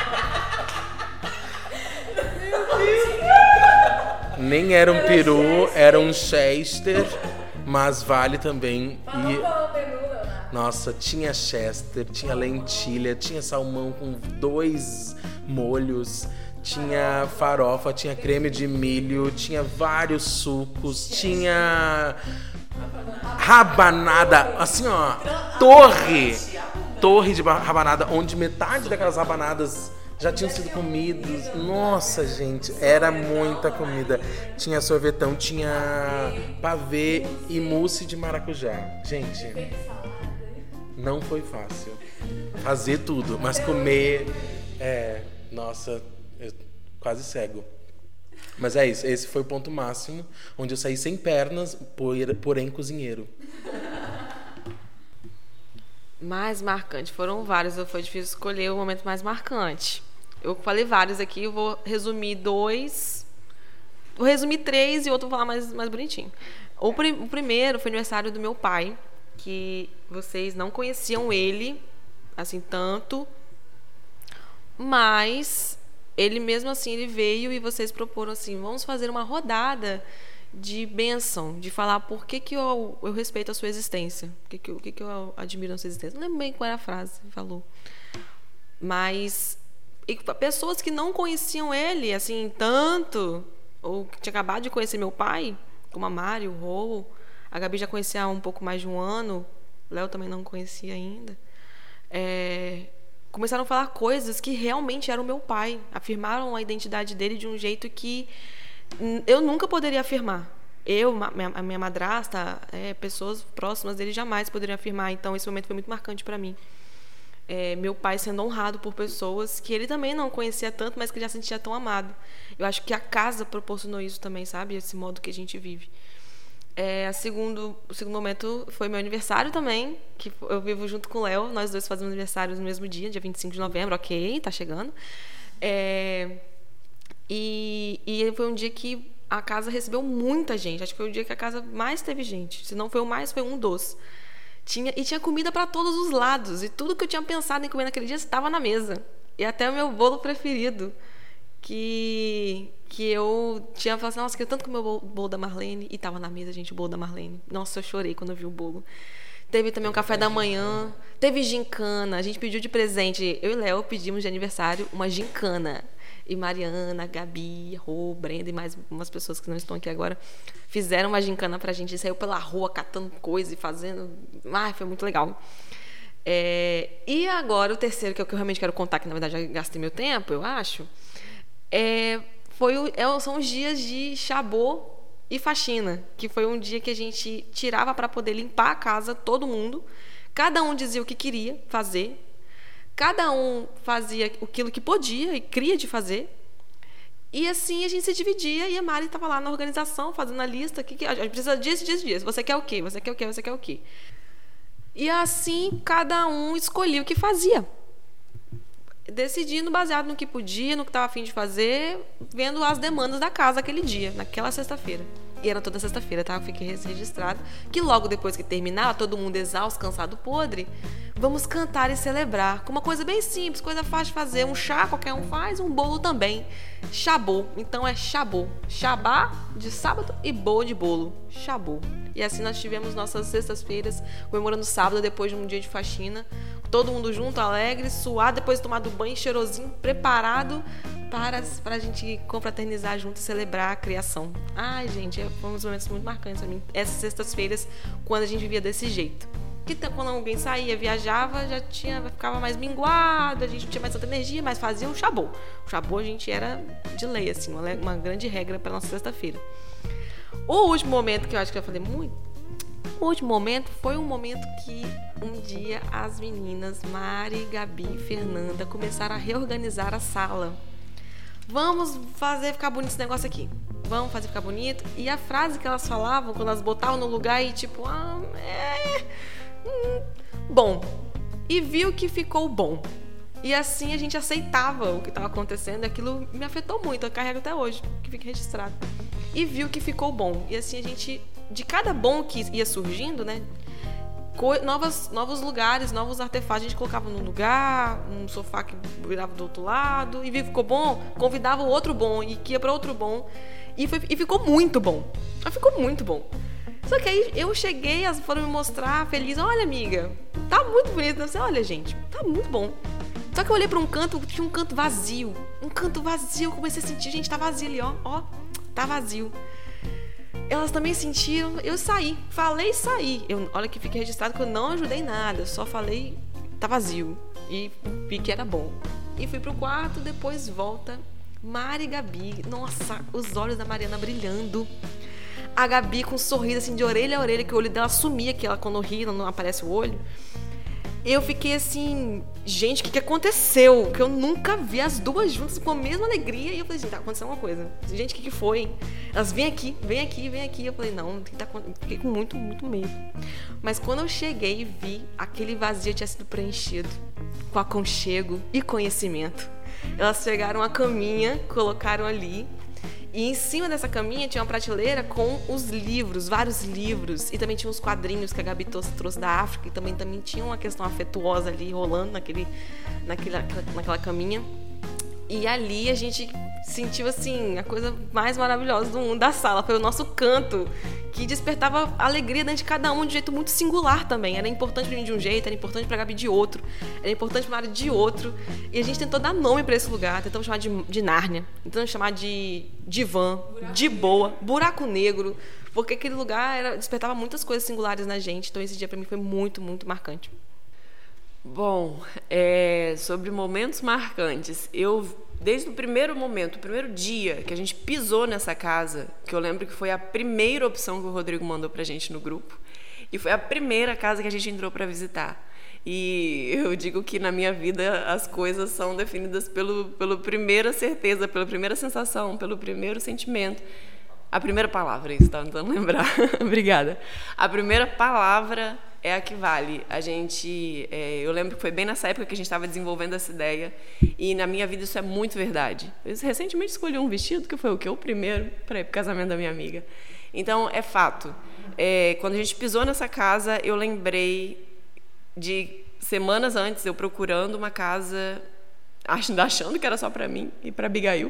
Speaker 3: Nem era um peru, era um Chester, mas vale também. E nossa, tinha Chester, tinha lentilha, tinha salmão com dois molhos, tinha farofa, tinha creme de milho, tinha vários sucos, tinha rabanada, assim ó, torre, torre de rabanada, onde metade daquelas rabanadas já tinham sido comidos. Nossa, gente, era muita comida. Tinha sorvetão, tinha pavê e mousse de maracujá. Gente, não foi fácil fazer tudo, mas comer, é, nossa, eu quase cego. Mas é isso, esse foi o ponto máximo, onde eu saí sem pernas, porém cozinheiro.
Speaker 4: Mais marcante, foram vários, foi difícil escolher o momento mais marcante. Eu falei vários aqui, eu vou resumir dois, vou resumir três e outro vou falar mais, mais bonitinho. O, prim, o primeiro foi aniversário do meu pai, que vocês não conheciam ele, assim, tanto, mas ele mesmo assim, ele veio e vocês proporam assim, vamos fazer uma rodada de bênção, de falar por que, que eu, eu respeito a sua existência, o que, que, eu, que, que eu admiro na sua existência. Não lembro bem qual era a frase que falou. Mas e pessoas que não conheciam ele, assim, tanto, ou que tinha acabado de conhecer meu pai, como a Mari, o Rô, a Gabi já conhecia há um pouco mais de um ano, o Léo também não conhecia ainda. É, começaram a falar coisas que realmente eram meu pai, afirmaram a identidade dele de um jeito que eu nunca poderia afirmar. Eu, a minha madrasta, é, pessoas próximas dele jamais poderiam afirmar. Então, esse momento foi muito marcante para mim. É, meu pai sendo honrado por pessoas que ele também não conhecia tanto, mas que já sentia tão amado. Eu acho que a casa proporcionou isso também, sabe? Esse modo que a gente vive. É, a segundo, o segundo momento foi meu aniversário também, que eu vivo junto com o Léo. Nós dois fazemos aniversário no mesmo dia, dia vinte e cinco de novembro. Ok, tá chegando. É, e, e foi um dia que a casa recebeu muita gente. Acho que foi o dia que a casa mais teve gente. Se não foi o mais, foi um dos. Tinha, e tinha comida para todos os lados. E tudo que eu tinha pensado em comer naquele dia estava na mesa. E até o meu bolo preferido, que, que eu tinha falado assim, nossa, queria tanto comer o bolo, bolo da Marlene. E tava na mesa, gente, o bolo da Marlene. Nossa, eu chorei quando eu vi o bolo. Teve também um café da manhã, teve gincana. A gente pediu de presente, eu e Léo pedimos de aniversário uma gincana. E Mariana, Gabi, Rô, Brenda e mais umas pessoas que não estão aqui agora fizeram uma gincana pra gente. Saiu pela rua catando coisa e fazendo. Ai, foi muito legal. É, e agora o terceiro, que é o que eu realmente quero contar, que na verdade já gastei meu tempo, eu acho, é, foi o, é, são os dias de chabô e faxina, que foi um dia que a gente tirava para poder limpar a casa, todo mundo. Cada um dizia o que queria fazer. Cada um fazia aquilo que podia e queria de fazer. E assim a gente se dividia e a Mari estava lá na organização, fazendo a lista. Que, que, a gente precisa disso, disso, disso. Você quer o quê? Você quer o quê? Você quer o quê? E assim cada um escolhia o que fazia. Decidindo baseado no que podia, no que estava a fim de fazer, vendo as demandas da casa aquele dia, naquela sexta-feira. E era toda sexta-feira, tá? Eu fiquei registrado. Que logo depois que terminar, todo mundo exausto, cansado, podre, vamos cantar e celebrar. Com uma coisa bem simples, coisa fácil de fazer. Um chá, qualquer um faz, um bolo também. Chabô. Então é chabô. Chabá de sábado e boa de bolo. Chabô. E assim nós tivemos nossas sextas-feiras, comemorando sábado, depois de um dia de faxina. Todo mundo junto, alegre, suado, depois de tomado banho, cheirosinho, preparado para, para a gente confraternizar junto e celebrar a criação. Ai, gente, foram uns momentos muito marcantes para mim. Essas sextas-feiras, quando a gente vivia desse jeito. Que quando alguém saía, viajava, já tinha, ficava mais minguado, a gente não tinha mais tanta energia, mas fazia um chabô. O chabô a gente era de lei, assim, uma, uma grande regra para nossa sexta-feira. O último momento que eu acho que eu falei muito, o último momento foi um momento que um dia as meninas Mari, Gabi e Fernanda começaram a reorganizar a sala. Vamos fazer ficar bonito esse negócio aqui. Vamos fazer ficar bonito. E a frase que elas falavam, quando elas botavam no lugar e tipo, ah, é... Hum, bom. E viu que ficou bom. E assim a gente aceitava o que estava acontecendo. E aquilo me afetou muito, eu carrego até hoje, que fica registrado. E viu que ficou bom. E assim a gente, de cada bom que ia surgindo, né? Novas, novos lugares, novos artefatos, a gente colocava num lugar, um sofá que virava do outro lado, e viu que ficou bom, convidava o outro bom, e que ia para outro bom, e, foi, e ficou muito bom. Mas ficou muito bom. Só que aí eu cheguei, elas foram me mostrar, feliz, olha amiga, tá muito bonito. Eu disse, olha gente, tá muito bom. Só que eu olhei para um canto, tinha um canto vazio, um canto vazio, eu comecei a sentir, gente, tá vazio ali, ó, ó, tá vazio. Elas também sentiram, eu saí, falei e saí. Eu, olha que fica registrado que eu não ajudei nada, eu só falei, tá vazio. E vi que era bom. E fui pro quarto, depois volta Mari e Gabi. Nossa, os olhos da Mariana brilhando. A Gabi com um sorriso assim de orelha a orelha, que o olho dela sumia, que ela quando ri não aparece o olho. Eu fiquei assim, gente, o que, que aconteceu? Que eu nunca vi as duas juntas com a mesma alegria. E eu falei, gente, tá acontecendo uma coisa. Gente, o que, que foi? Elas vêm aqui, vem aqui, vem aqui. Eu falei, não, que tá... fiquei com muito, muito medo. Mas quando eu cheguei e vi, aquele vazio tinha sido preenchido com aconchego e conhecimento. Elas pegaram a caminha, colocaram ali. E em cima dessa caminha tinha uma prateleira com os livros, vários livros. E também tinha uns quadrinhos que a Gabi trouxe da África. E também, também tinha uma questão afetuosa ali rolando naquele, naquela, naquela caminha. E ali a gente sentiu, assim, a coisa mais maravilhosa do mundo da sala. Foi o nosso canto, que despertava alegria dentro de cada um de um jeito muito singular também. Era importante pra mim de um jeito, era importante pra Gabi de outro, era importante pra Mari de outro. E a gente tentou dar nome pra esse lugar, tentamos chamar de, de Nárnia, tentamos chamar de divã, de boa, buraco negro, porque aquele lugar era, despertava muitas coisas singulares na gente. Então esse dia pra mim foi muito, muito marcante.
Speaker 8: Bom, é, sobre momentos marcantes, eu, desde o primeiro momento, o primeiro dia que a gente pisou nessa casa, que eu lembro que foi a primeira opção que o Rodrigo mandou pra gente no grupo, e foi a primeira casa que a gente entrou para visitar. E eu digo que na minha vida as coisas são definidas pelo, pela primeira certeza, pela primeira sensação, pelo primeiro sentimento. A primeira palavra, isso, estava tentando lembrar. Obrigada. A primeira palavra é a que vale. A gente, é, eu lembro que foi bem nessa época que a gente estava desenvolvendo essa ideia, e na minha vida isso é muito verdade. Eu recentemente escolhi um vestido que foi o quê? O primeiro para ir para o casamento da minha amiga. Então, é fato. É, quando a gente pisou nessa casa, eu lembrei de semanas antes, eu procurando uma casa achando que era só pra mim e pra Abigail.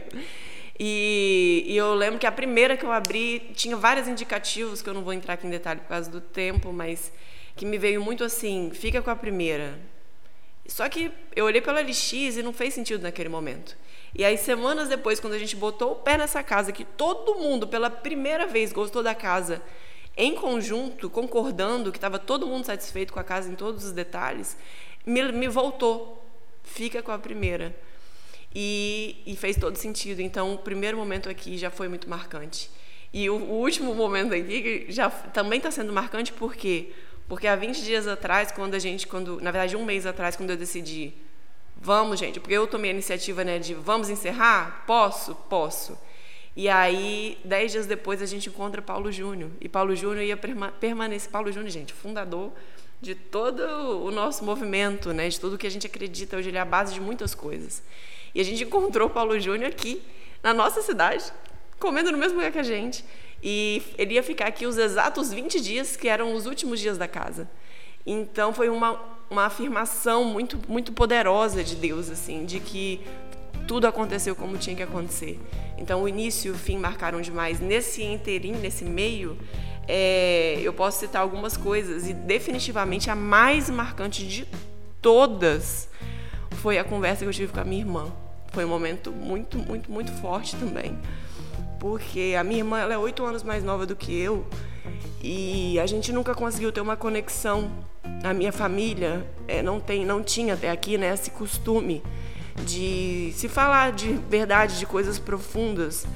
Speaker 8: E, e eu lembro que a primeira que eu abri tinha vários indicativos, que eu não vou entrar aqui em detalhe por causa do tempo, mas que me veio muito assim, fica com a primeira. Só que eu olhei pela L X e não fez sentido naquele momento. E aí, semanas depois, quando a gente botou o pé nessa casa, que todo mundo, pela primeira vez, gostou da casa, em conjunto, concordando, que estava todo mundo satisfeito com a casa em todos os detalhes, me, me voltou. Fica com a primeira. E, e fez todo sentido. Então, o primeiro momento aqui já foi muito marcante. E o, o último momento aqui já também está sendo marcante, por quê? Porque há vinte dias atrás, quando a gente, quando, na verdade, um mês atrás, quando eu decidi, vamos, gente, porque eu tomei a iniciativa, né, de vamos encerrar? Posso? Posso. E aí, dez dias depois, a gente encontra Paulo Júnior. E Paulo Júnior ia perma- permanecer. Paulo Júnior, gente, fundador de todo o nosso movimento, né, de tudo que a gente acredita. Hoje ele é a base de muitas coisas. E a gente encontrou Paulo Júnior aqui, na nossa cidade, comendo no mesmo lugar que a gente. E ele ia ficar aqui os exatos vinte dias, que eram os últimos dias da casa. Então, foi uma, uma afirmação muito, muito poderosa de Deus, assim, de que tudo aconteceu como tinha que acontecer. Então, o início e o fim marcaram demais. Nesse inteirinho, nesse meio, é, eu posso citar algumas coisas. E, definitivamente, a mais marcante de todas foi a conversa que eu tive com a minha irmã. Foi um momento muito, muito, muito forte também. Porque a minha irmã, ela é oito anos mais nova do que eu. E a gente nunca conseguiu ter uma conexão. A minha família é, não, tem, não tinha até aqui, né, esse costume de se falar de verdade, de coisas profundas.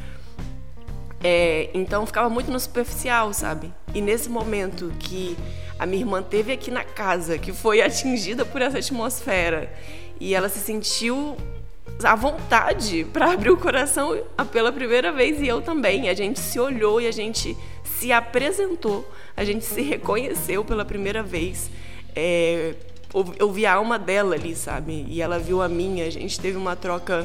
Speaker 8: É, então ficava muito no superficial, sabe? E nesse momento que a minha irmã teve aqui na casa, que foi atingida por essa atmosfera, e ela se sentiu à vontade para abrir o coração pela primeira vez, e eu também. A gente se olhou e a gente se apresentou, a gente se reconheceu pela primeira vez. É, eu vi a alma dela ali, sabe? E ela viu a minha. A gente teve uma troca.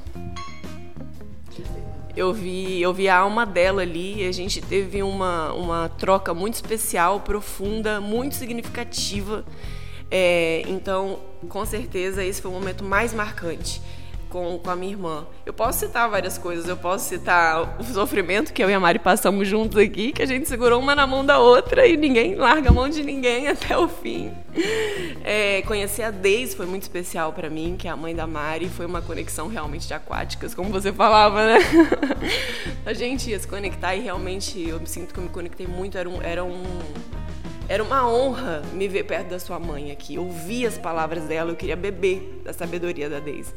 Speaker 8: Eu vi, eu vi a alma dela ali, e a gente teve uma, uma troca muito especial, profunda, muito significativa. É, então, com certeza, esse foi o momento mais marcante com, com a minha irmã. Eu posso citar várias coisas. Eu posso citar o sofrimento que eu e a Mari passamos juntos aqui, que a gente segurou uma na mão da outra e ninguém larga a mão de ninguém até o fim. É, conhecer a Deise foi muito especial para mim, que é a mãe da Mari. Foi uma conexão realmente de aquáticas, como você falava, né? A gente ia se conectar e realmente eu me sinto que eu me conectei muito. Era um... Era um Era uma honra me ver perto da sua mãe aqui, ouvir as palavras dela. Eu queria beber da sabedoria da Deise.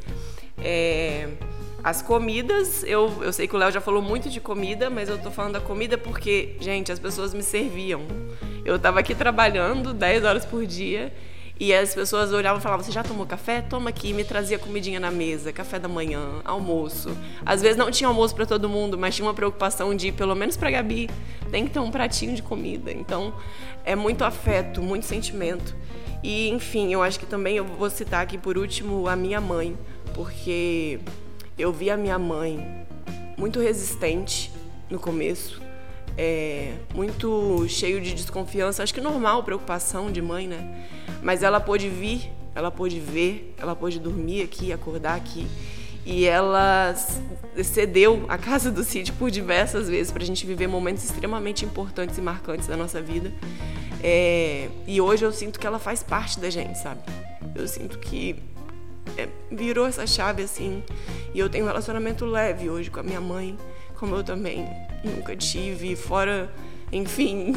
Speaker 8: É, as comidas, eu, eu sei que o Léo já falou muito de comida, mas eu tô falando da comida porque, gente, as pessoas me serviam. Eu tava aqui trabalhando dez horas por dia e as pessoas olhavam e falavam, você já tomou café? Toma aqui. E me trazia comidinha na mesa, café da manhã, almoço. Às vezes não tinha almoço para todo mundo, mas tinha uma preocupação de, pelo menos pra Gabi, tem que ter um pratinho de comida. Então, é muito afeto, muito sentimento. E, enfim, eu acho que também eu vou citar aqui por último a minha mãe, porque eu vi a minha mãe muito resistente no começo, é, muito cheio de desconfiança, acho que normal, preocupação de mãe, né? Mas ela pôde vir, ela pôde ver, ela pôde dormir aqui, acordar aqui. E ela cedeu a casa do Cid por diversas vezes pra gente viver momentos extremamente importantes e marcantes da nossa vida. É, e hoje eu sinto que ela faz parte da gente, sabe? Eu sinto que é, virou essa chave, assim. E eu tenho um relacionamento leve hoje com a minha mãe, como eu também nunca tive, fora, enfim,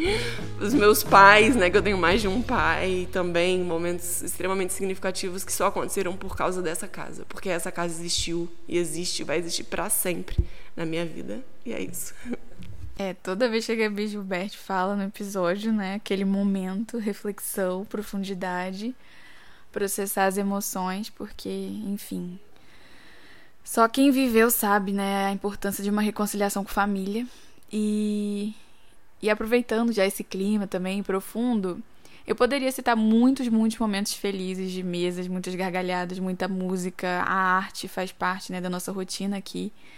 Speaker 8: os meus pais, né? Que eu tenho mais de um pai também, momentos extremamente significativos que só aconteceram por causa dessa casa. Porque essa casa existiu e existe, vai existir pra sempre na minha vida. E é isso.
Speaker 2: É, toda vez que a Gabi Gilberto fala no episódio, né? Aquele momento, reflexão, profundidade, processar as emoções, porque, enfim, só quem viveu sabe, né, a importância de uma reconciliação com família. E, e aproveitando já esse clima também profundo, eu poderia citar muitos, muitos momentos felizes de mesas, muitas gargalhadas, muita música. A arte faz parte, né, da nossa rotina aqui.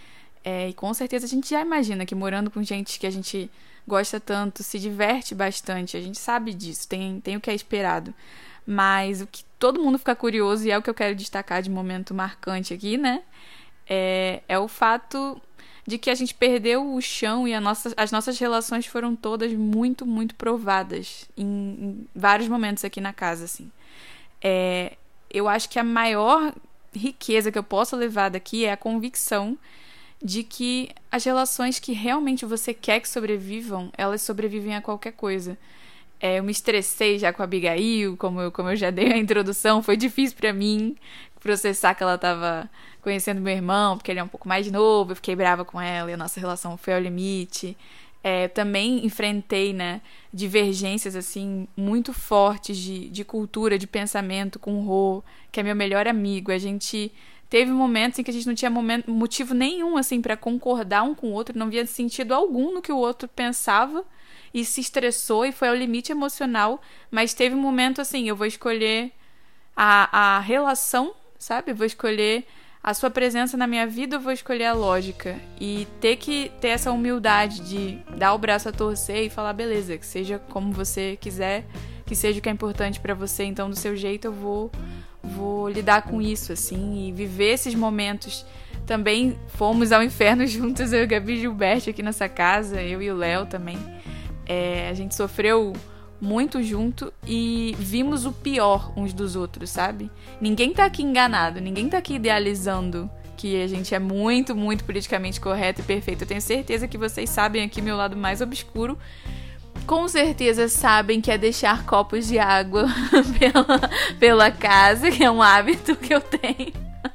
Speaker 2: É, e com certeza a gente já imagina que morando com gente que a gente gosta tanto, se diverte bastante, a gente sabe disso, tem, tem o que é esperado. Mas o que todo mundo fica curioso, e é o que eu quero destacar de momento marcante aqui, né? É, é o fato de que a gente perdeu o chão e a nossa, as nossas relações foram todas muito, muito provadas em, em vários momentos aqui na casa, assim. É, eu acho que a maior riqueza que eu posso levar daqui é a convicção de que as relações que realmente você quer que sobrevivam, elas sobrevivem a qualquer coisa. É, eu me estressei já com a Abigail, como eu, como eu já dei a introdução, foi difícil pra mim processar que ela tava conhecendo meu irmão, porque ele é um pouco mais novo, eu fiquei brava com ela e a nossa relação foi ao limite. É, também enfrentei, né, divergências assim, muito fortes de, de cultura, de pensamento com o Rô, que é meu melhor amigo. A gente teve momentos em que a gente não tinha momento, motivo nenhum assim, para concordar um com o outro, não via sentido algum no que o outro pensava, e se estressou e foi ao limite emocional, mas teve um momento assim, eu vou escolher a, a relação, sabe? Eu vou escolher a sua presença na minha vida, eu vou escolher a lógica. E ter que ter essa humildade de dar o braço a torcer e falar, beleza, que seja como você quiser, que seja o que é importante pra você, então do seu jeito eu vou, vou lidar com isso, assim, e viver esses momentos. Também fomos ao inferno juntos, eu e o Gabi Gilberto aqui nessa casa, eu e o Léo também. É, a gente sofreu muito junto e vimos o pior uns dos outros, sabe? Ninguém tá aqui enganado, ninguém tá aqui idealizando que a gente é muito, muito politicamente correto e perfeito. Eu tenho certeza que vocês sabem aqui meu lado mais obscuro. Com certeza sabem que é deixar copos de água pela, pela casa, que é um hábito que eu tenho.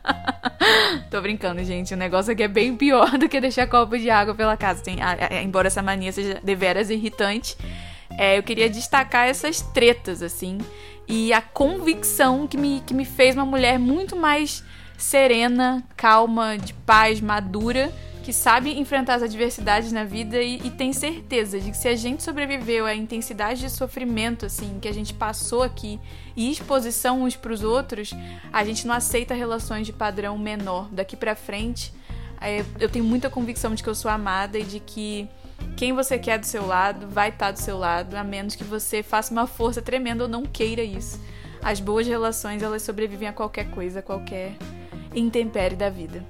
Speaker 2: Tô brincando, gente. O negócio aqui é bem pior do que deixar copos de água pela casa. Tem, a, a, embora essa mania seja deveras irritante, é, eu queria destacar essas tretas, assim, e a convicção que me, que me fez uma mulher muito mais serena, calma, de paz, madura, que sabe enfrentar as adversidades na vida e, e tem certeza de que se a gente sobreviveu à intensidade de sofrimento, assim, que a gente passou aqui e exposição uns pros outros, a gente não aceita relações de padrão menor. Daqui pra frente, eu tenho muita convicção de que eu sou amada e de que quem você quer do seu lado vai estar do seu lado, a menos que você faça uma força tremenda ou não queira isso. As boas relações, elas sobrevivem a qualquer coisa, a qualquer intempérie da vida.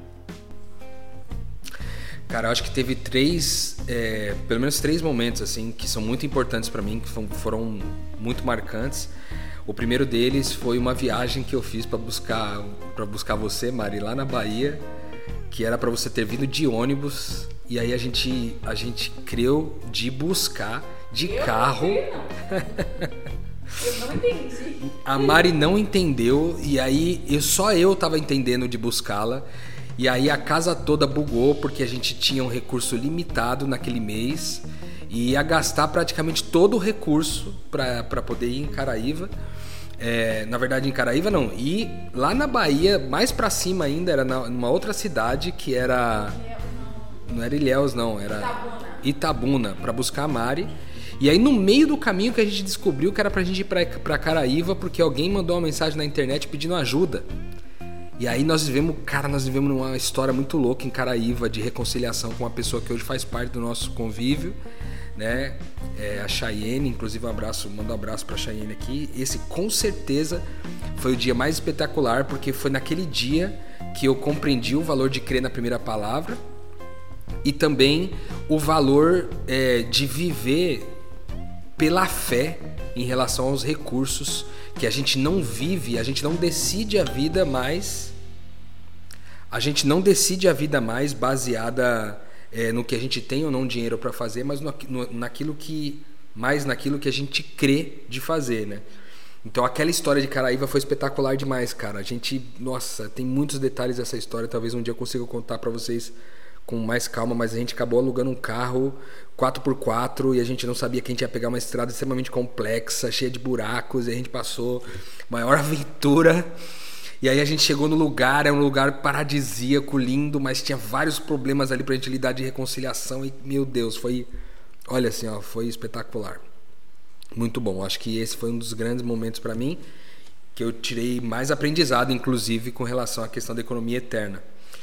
Speaker 1: Cara, eu acho que teve três, é, pelo menos três momentos, assim, que são muito importantes pra mim, que foram muito marcantes. O primeiro deles foi uma viagem que eu fiz pra buscar, pra buscar você, Mari, lá na Bahia, que era pra você ter vindo de ônibus. E aí a gente, a gente creu de buscar de eu carro.
Speaker 2: Eu não entendi.
Speaker 1: A Mari não entendeu, e aí eu, só eu tava entendendo de buscá-la. E aí a casa toda bugou, porque a gente tinha um recurso limitado naquele mês. E ia gastar praticamente todo o recurso pra, pra poder ir em Caraíva. É, na verdade, em Caraíva não. E lá na Bahia, mais pra cima ainda, era na, numa outra cidade que era... Não era Ilhéus, não, era Itabuna, Itabuna, pra buscar a Mari. E aí no meio do caminho que a gente descobriu que era pra gente ir pra, pra Caraíva, porque alguém mandou uma mensagem na internet pedindo ajuda. E aí nós vivemos, cara, nós vivemos uma história muito louca em Caraíva, de reconciliação com uma pessoa que hoje faz parte do nosso convívio, né? É a Chayenne, inclusive um abraço, mando um abraço pra Chayenne aqui. Esse com certeza foi o dia mais espetacular, porque foi naquele dia que eu compreendi o valor de crer na primeira palavra e também o valor é, de viver pela fé em relação aos recursos, que a gente não vive, a gente não decide a vida mais, a gente não decide a vida mais baseada é, no que a gente tem ou não dinheiro para fazer, mas no, no, naquilo que, mais naquilo que a gente crê de fazer, né? Então aquela história de Caraíva foi espetacular demais, cara. A gente, nossa, tem muitos detalhes dessa história, talvez um dia eu consiga contar para vocês com mais calma, mas a gente acabou alugando um carro quatro por quatro e a gente não sabia que a gente ia pegar uma estrada extremamente complexa, cheia de buracos, e a gente passou maior aventura. E aí a gente chegou no lugar, é um lugar paradisíaco, lindo, mas tinha vários problemas ali pra gente lidar de reconciliação e, meu Deus, foi, olha assim, ó, foi espetacular. Muito bom, acho que esse foi um dos grandes momentos pra mim, que eu tirei mais aprendizado, inclusive, com relação à questão da economia eterna.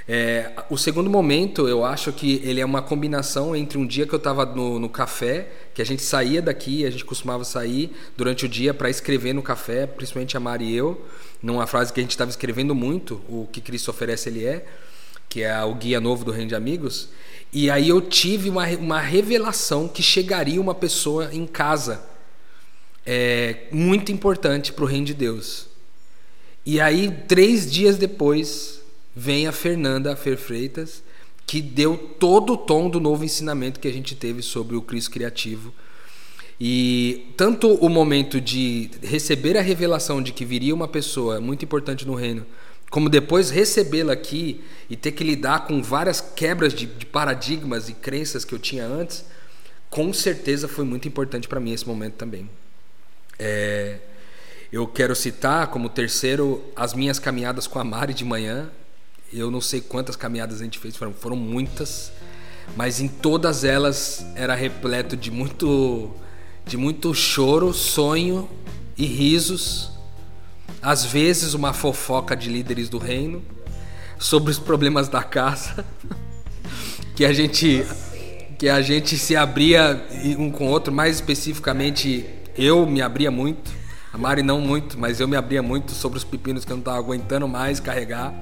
Speaker 1: É, o segundo momento, eu acho que ele é uma combinação entre um dia que eu estava no, no café, que a gente saía daqui, a gente costumava sair durante o dia para escrever no café, principalmente a Mari e eu, numa frase que a gente estava escrevendo muito, o que Cristo oferece Ele é, que é o guia novo do Reino de Amigos. E aí eu tive uma, uma revelação que chegaria uma pessoa em casa é, muito importante para o Reino de Deus. E aí, três dias depois, vem a Fernanda, a Fer Freitas, que deu todo o tom do novo ensinamento que a gente teve sobre o Cristo criativo. E tanto o momento de receber a revelação de que viria uma pessoa muito importante no reino, como depois recebê-la aqui e ter que lidar com várias quebras de, de paradigmas e crenças que eu tinha antes, com certeza foi muito importante para mim esse momento também. É, eu quero citar como terceiro as minhas caminhadas com a Mari de manhã. Eu não sei quantas caminhadas a gente fez, foram, foram muitas, mas em todas elas era repleto de muito, de muito choro, sonho e risos. Às vezes uma fofoca de líderes do reino sobre os problemas da casa, que a gente, que a gente se abria um com o outro, mais especificamente eu me abria muito, a Mari não muito, mas eu me abria muito sobre os pepinos que eu não estava aguentando mais carregar.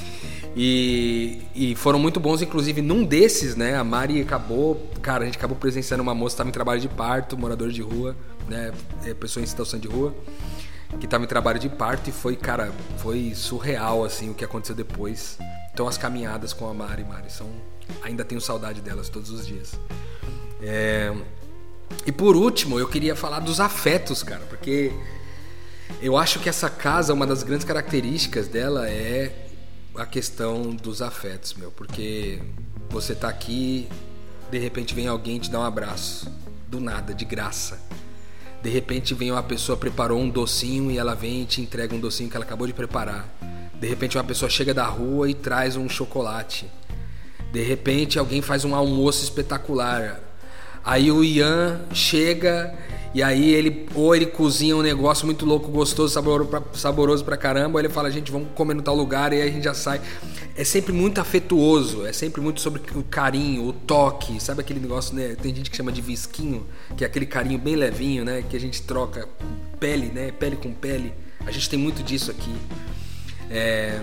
Speaker 1: E, e foram muito bons, inclusive num desses, né, a Mari acabou, cara, a gente acabou presenciando uma moça que estava em trabalho de parto, morador de rua, né, pessoa em situação de rua, que estava em trabalho de parto, e foi, cara, foi surreal, assim, o que aconteceu depois. Então as caminhadas com a Mari, Mari, são, ainda tenho saudade delas todos os dias. É, e por último, eu queria falar dos afetos, cara, porque eu acho que essa casa, uma das grandes características dela é a questão dos afetos, meu, porque você tá aqui, de repente vem alguém te dar um abraço, do nada, de graça. De repente vem uma pessoa, preparou um docinho e ela vem e te entrega um docinho que ela acabou de preparar. De repente uma pessoa chega da rua e traz um chocolate. De repente alguém faz um almoço espetacular. Aí o Ian chega e aí ele ou ele cozinha um negócio muito louco, gostoso, saboroso pra, saboroso pra caramba, ou ele fala, gente, vamos comer no tal lugar, e aí a gente já sai. É sempre muito afetuoso, é sempre muito sobre o carinho, o toque, sabe aquele negócio, né? Tem gente que chama de visquinho, que é aquele carinho bem levinho, né? Que a gente troca pele, né? Pele com pele. A gente tem muito disso aqui. É...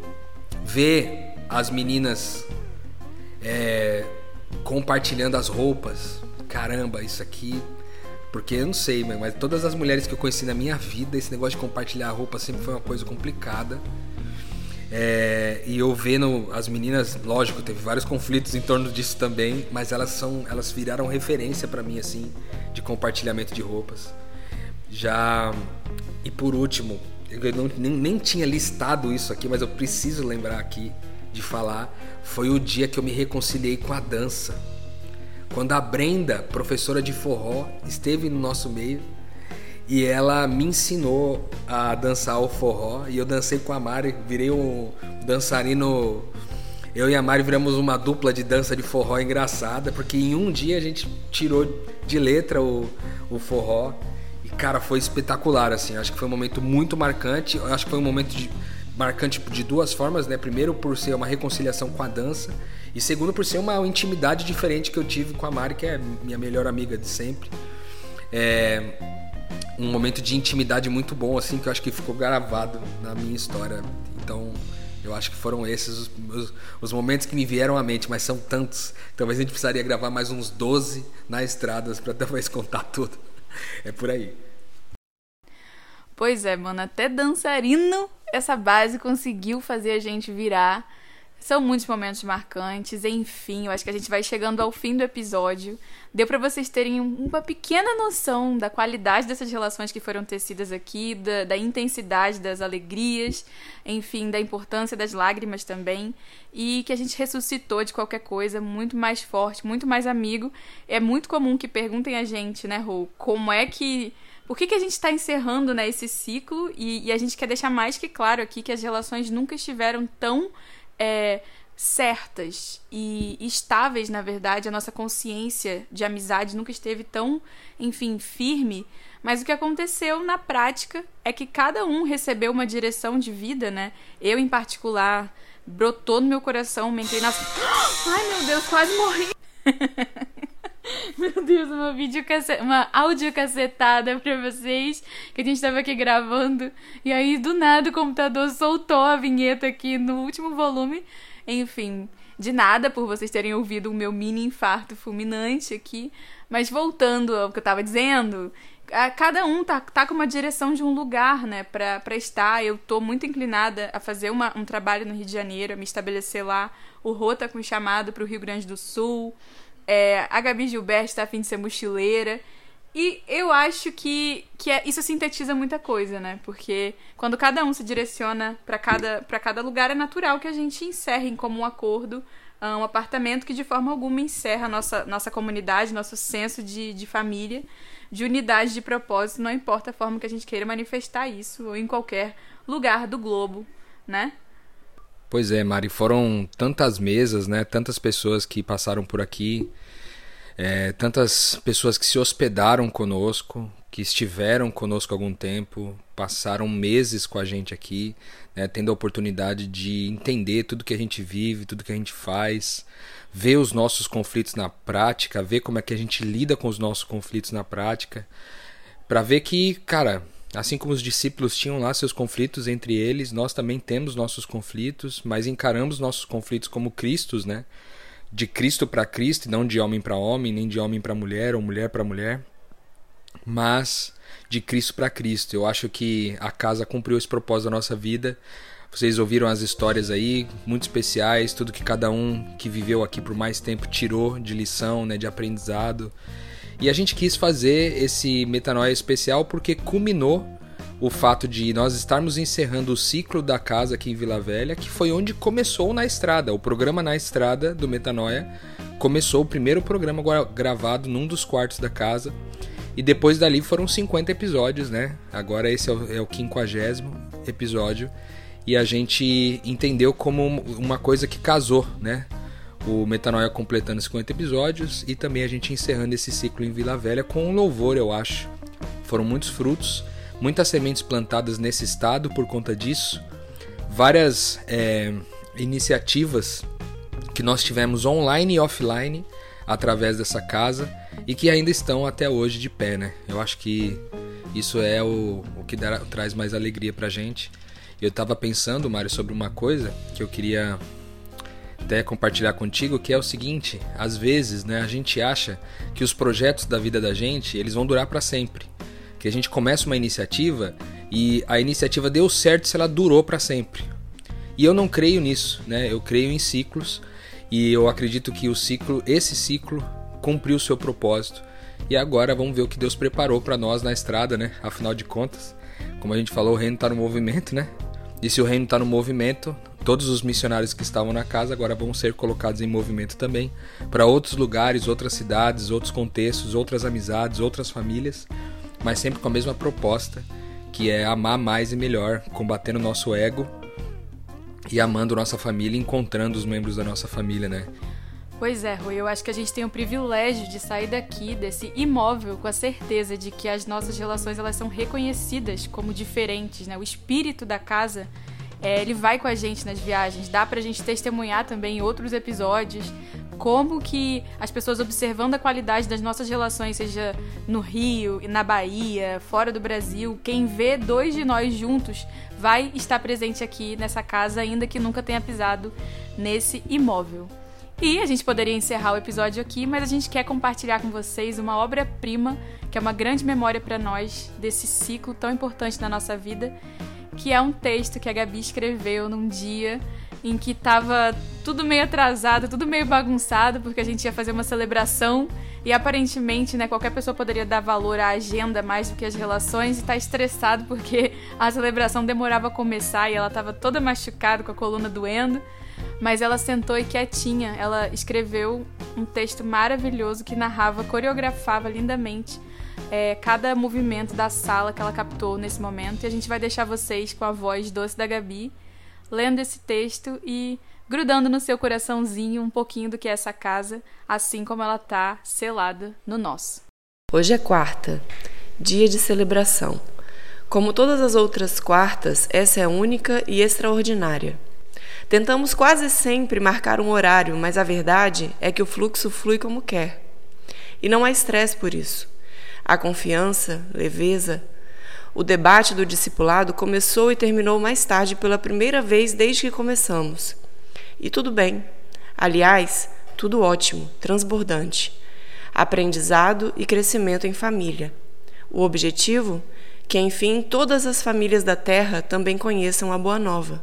Speaker 1: Ver as meninas é... compartilhando as roupas. Caramba, isso aqui... Porque eu não sei, mas todas as mulheres que eu conheci na minha vida, esse negócio de compartilhar a roupa sempre foi uma coisa complicada. É, e eu vendo as meninas, lógico, teve vários conflitos em torno disso também, mas elas são, elas viraram referência pra mim, assim, de compartilhamento de roupas. Já, e por último, eu não, nem, nem tinha listado isso aqui, mas eu preciso lembrar aqui de falar, foi o dia que eu me reconciliei com a dança. Quando a Brenda, professora de forró, esteve no nosso meio e ela me ensinou a dançar o forró, e eu dancei com a Mari, virei um dançarino. Eu e a Mari viramos uma dupla de dança de forró engraçada, porque em um dia a gente tirou de letra o, o forró e, cara, foi espetacular, assim. Acho que foi um momento muito marcante. Eu acho que foi um momento de, marcante de duas formas, né? Primeiro, por ser uma reconciliação com a dança, e segundo, por ser uma intimidade diferente que eu tive com a Mari, que é minha melhor amiga de sempre. É um momento de intimidade muito bom, assim, que eu acho que ficou gravado na minha história. Então, eu acho que foram esses os, os, os momentos que me vieram à mente, mas são tantos. Talvez a gente precisaria gravar mais uns doze na estradas para talvez contar tudo. É por aí.
Speaker 2: Pois é, mano, até dançarino essa base conseguiu fazer a gente virar. São muitos momentos marcantes, enfim, eu acho que a gente vai chegando ao fim do episódio. Deu pra vocês terem uma pequena noção da qualidade dessas relações que foram tecidas aqui, da, da intensidade das alegrias, enfim, da importância das lágrimas também, e que a gente ressuscitou de qualquer coisa muito mais forte, muito mais amigo. É muito comum que perguntem a gente, né, Rô, como é que... Por que, que a gente está encerrando, né, esse ciclo? E, e a gente quer deixar mais que claro aqui que as relações nunca estiveram tão... É, certas e estáveis, na verdade. A nossa consciência de amizade nunca esteve tão, enfim, firme, mas o que aconteceu na prática é que cada um recebeu uma direção de vida, né? Eu, em particular, brotou no meu coração uma inclinação. Ai, meu Deus, quase morri. Meu Deus, uma, videocassete, uma audiocacetada pra vocês, que a gente tava aqui gravando, e aí do nada o computador soltou a vinheta aqui no último volume. Enfim, de nada por vocês terem ouvido o meu mini infarto fulminante aqui. Mas voltando ao que eu tava dizendo, cada um tá, tá com uma direção de um lugar, né, pra, pra estar. Eu tô muito inclinada a fazer uma, um trabalho no Rio de Janeiro, a me estabelecer lá. O Rô tá com chamado pro Rio Grande do Sul. É, a Gabi Gilberto tá a fim de ser mochileira. E eu acho que, que é, isso sintetiza muita coisa, né? Porque quando cada um se direciona pra cada, pra cada lugar, é natural que a gente encerre em comum acordo um apartamento que de forma alguma encerra a nossa, nossa comunidade, nosso senso de, de família, de unidade de propósito, não importa a forma que a gente queira manifestar isso, ou em qualquer lugar do globo, né?
Speaker 1: Pois é, Mari, foram tantas mesas, né? Tantas pessoas que passaram por aqui, é, tantas pessoas que se hospedaram conosco, que estiveram conosco há algum tempo, passaram meses com a gente aqui, né, tendo a oportunidade de entender tudo que a gente vive, tudo que a gente faz, ver os nossos conflitos na prática, ver como é que a gente lida com os nossos conflitos na prática, para ver que, cara, assim como os discípulos tinham lá seus conflitos entre eles, nós também temos nossos conflitos, mas encaramos nossos conflitos como Cristos, né? De Cristo para Cristo, e não de homem para homem, nem de homem para mulher ou mulher para mulher, mas de Cristo para Cristo. Eu acho que a casa cumpriu esse propósito da nossa vida. Vocês ouviram as histórias aí, muito especiais, tudo que cada um que viveu aqui por mais tempo tirou de lição, né, de aprendizado. E a gente quis fazer esse Metanoia especial porque culminou o fato de nós estarmos encerrando o ciclo da casa aqui em Vila Velha, que foi onde começou Na Estrada. O programa Na Estrada do Metanoia começou, o primeiro programa gravado num dos quartos da casa. E depois dali foram cinquenta episódios, né? Agora esse é o, é o quinquagésimo episódio. E a gente entendeu como uma coisa que casou, né? O Metanoia completando cinquenta episódios e também a gente encerrando esse ciclo em Vila Velha com um louvor, eu acho. Foram muitos frutos, muitas sementes plantadas nesse estado por conta disso. Várias é, iniciativas que nós tivemos online e offline através dessa casa e que ainda estão até hoje de pé, né? Eu acho que isso é o, o que dá, traz mais alegria pra gente. Eu tava pensando, Mário, sobre uma coisa que eu queria até compartilhar contigo, que é o seguinte: às vezes, né, a gente acha que os projetos da vida da gente, eles vão durar para sempre, que a gente começa uma iniciativa e a iniciativa deu certo se ela durou para sempre. E eu não creio nisso, né? Eu creio em ciclos e eu acredito que o ciclo, esse ciclo cumpriu o seu propósito. E agora vamos ver o que Deus preparou para nós na estrada, né? Afinal de contas, como a gente falou, o reino está no movimento, né? E se o reino está no movimento, todos os missionários que estavam na casa agora vão ser colocados em movimento também para outros lugares, outras cidades, outros contextos, outras amizades, outras famílias, mas sempre com a mesma proposta, que é amar mais e melhor, combatendo o nosso ego e amando nossa família, encontrando os membros da nossa família, né?
Speaker 2: Pois é, Rui, eu acho que a gente tem o privilégio de sair daqui, desse imóvel, com a certeza de que as nossas relações elas são reconhecidas como diferentes, né? O espírito da casa, é, ele vai com a gente nas viagens, dá pra gente testemunhar também em outros episódios como que as pessoas observando a qualidade das nossas relações, seja no Rio, na Bahia, fora do Brasil, quem vê dois de nós juntos vai estar presente aqui nessa casa, ainda que nunca tenha pisado nesse imóvel. E a gente poderia encerrar o episódio aqui, mas a gente quer compartilhar com vocês uma obra-prima, que é uma grande memória para nós desse ciclo tão importante na nossa vida, que é um texto que a Gabi escreveu num dia em que estava tudo meio atrasado, tudo meio bagunçado, porque a gente ia fazer uma celebração e aparentemente, né, qualquer pessoa poderia dar valor à agenda mais do que às relações e tá estressado porque a celebração demorava a começar e ela estava toda machucada, com a coluna doendo. Mas ela sentou e quietinha, ela escreveu um texto maravilhoso que narrava, coreografava lindamente é, cada movimento da sala que ela captou nesse momento. E a gente vai deixar vocês com a voz doce da Gabi, lendo esse texto e grudando no seu coraçãozinho um pouquinho do que é essa casa, assim como ela tá selada no nosso.
Speaker 8: Hoje é quarta, dia de celebração. Como todas as outras quartas, essa é única e extraordinária. Tentamos quase sempre marcar um horário, mas a verdade é que o fluxo flui como quer. E não há estresse por isso. Há confiança, leveza. O debate do discipulado começou e terminou mais tarde pela primeira vez desde que começamos. E tudo bem. Aliás, tudo ótimo, transbordante. Aprendizado e crescimento em família. O objetivo? Que, enfim, todas as famílias da Terra também conheçam a Boa Nova.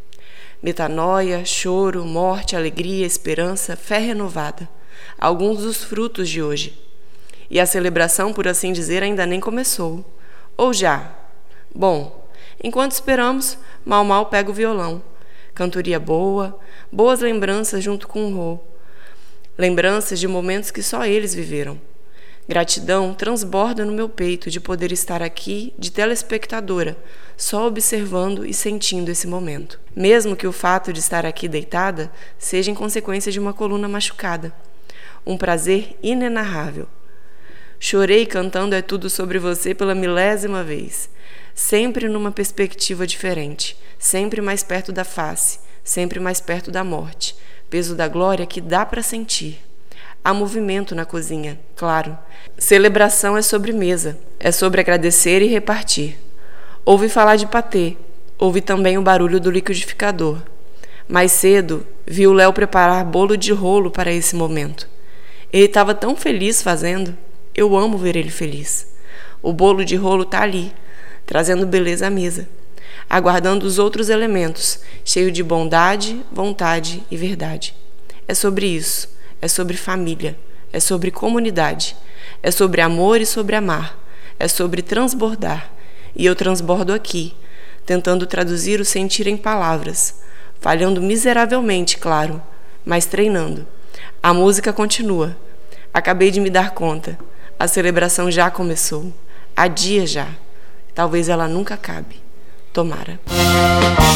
Speaker 8: Metanoia, choro, morte, alegria, esperança, fé renovada. Alguns dos frutos de hoje. E a celebração, por assim dizer, ainda nem começou. Ou já? Bom, enquanto esperamos, Mal Mal pega o violão. Cantoria boa, boas lembranças junto com o Rô. Lembranças de momentos que só eles viveram. Gratidão transborda no meu peito de poder estar aqui, de telespectadora, só observando e sentindo esse momento. Mesmo que o fato de estar aqui deitada seja em consequência de uma coluna machucada. Um prazer inenarrável. Chorei cantando É Tudo Sobre Você pela milésima vez. Sempre numa perspectiva diferente. Sempre mais perto da face. Sempre mais perto da morte. Peso da glória que dá para sentir. Há movimento na cozinha, claro. Celebração é sobremesa. É sobre agradecer e repartir. Ouvi falar de patê. Ouvi também o barulho do liquidificador. Mais cedo, vi o Léo preparar bolo de rolo para esse momento. Ele estava tão feliz fazendo. Eu amo ver ele feliz. O bolo de rolo está ali, trazendo beleza à mesa, aguardando os outros elementos, cheio de bondade, vontade e verdade. É sobre isso, é sobre família, é sobre comunidade, é sobre amor e sobre amar, é sobre transbordar. E eu transbordo aqui, tentando traduzir o sentir em palavras, falhando miseravelmente, claro, mas treinando. A música continua. Acabei de me dar conta. A celebração já começou. Há dias já. Talvez ela nunca acabe. Tomara.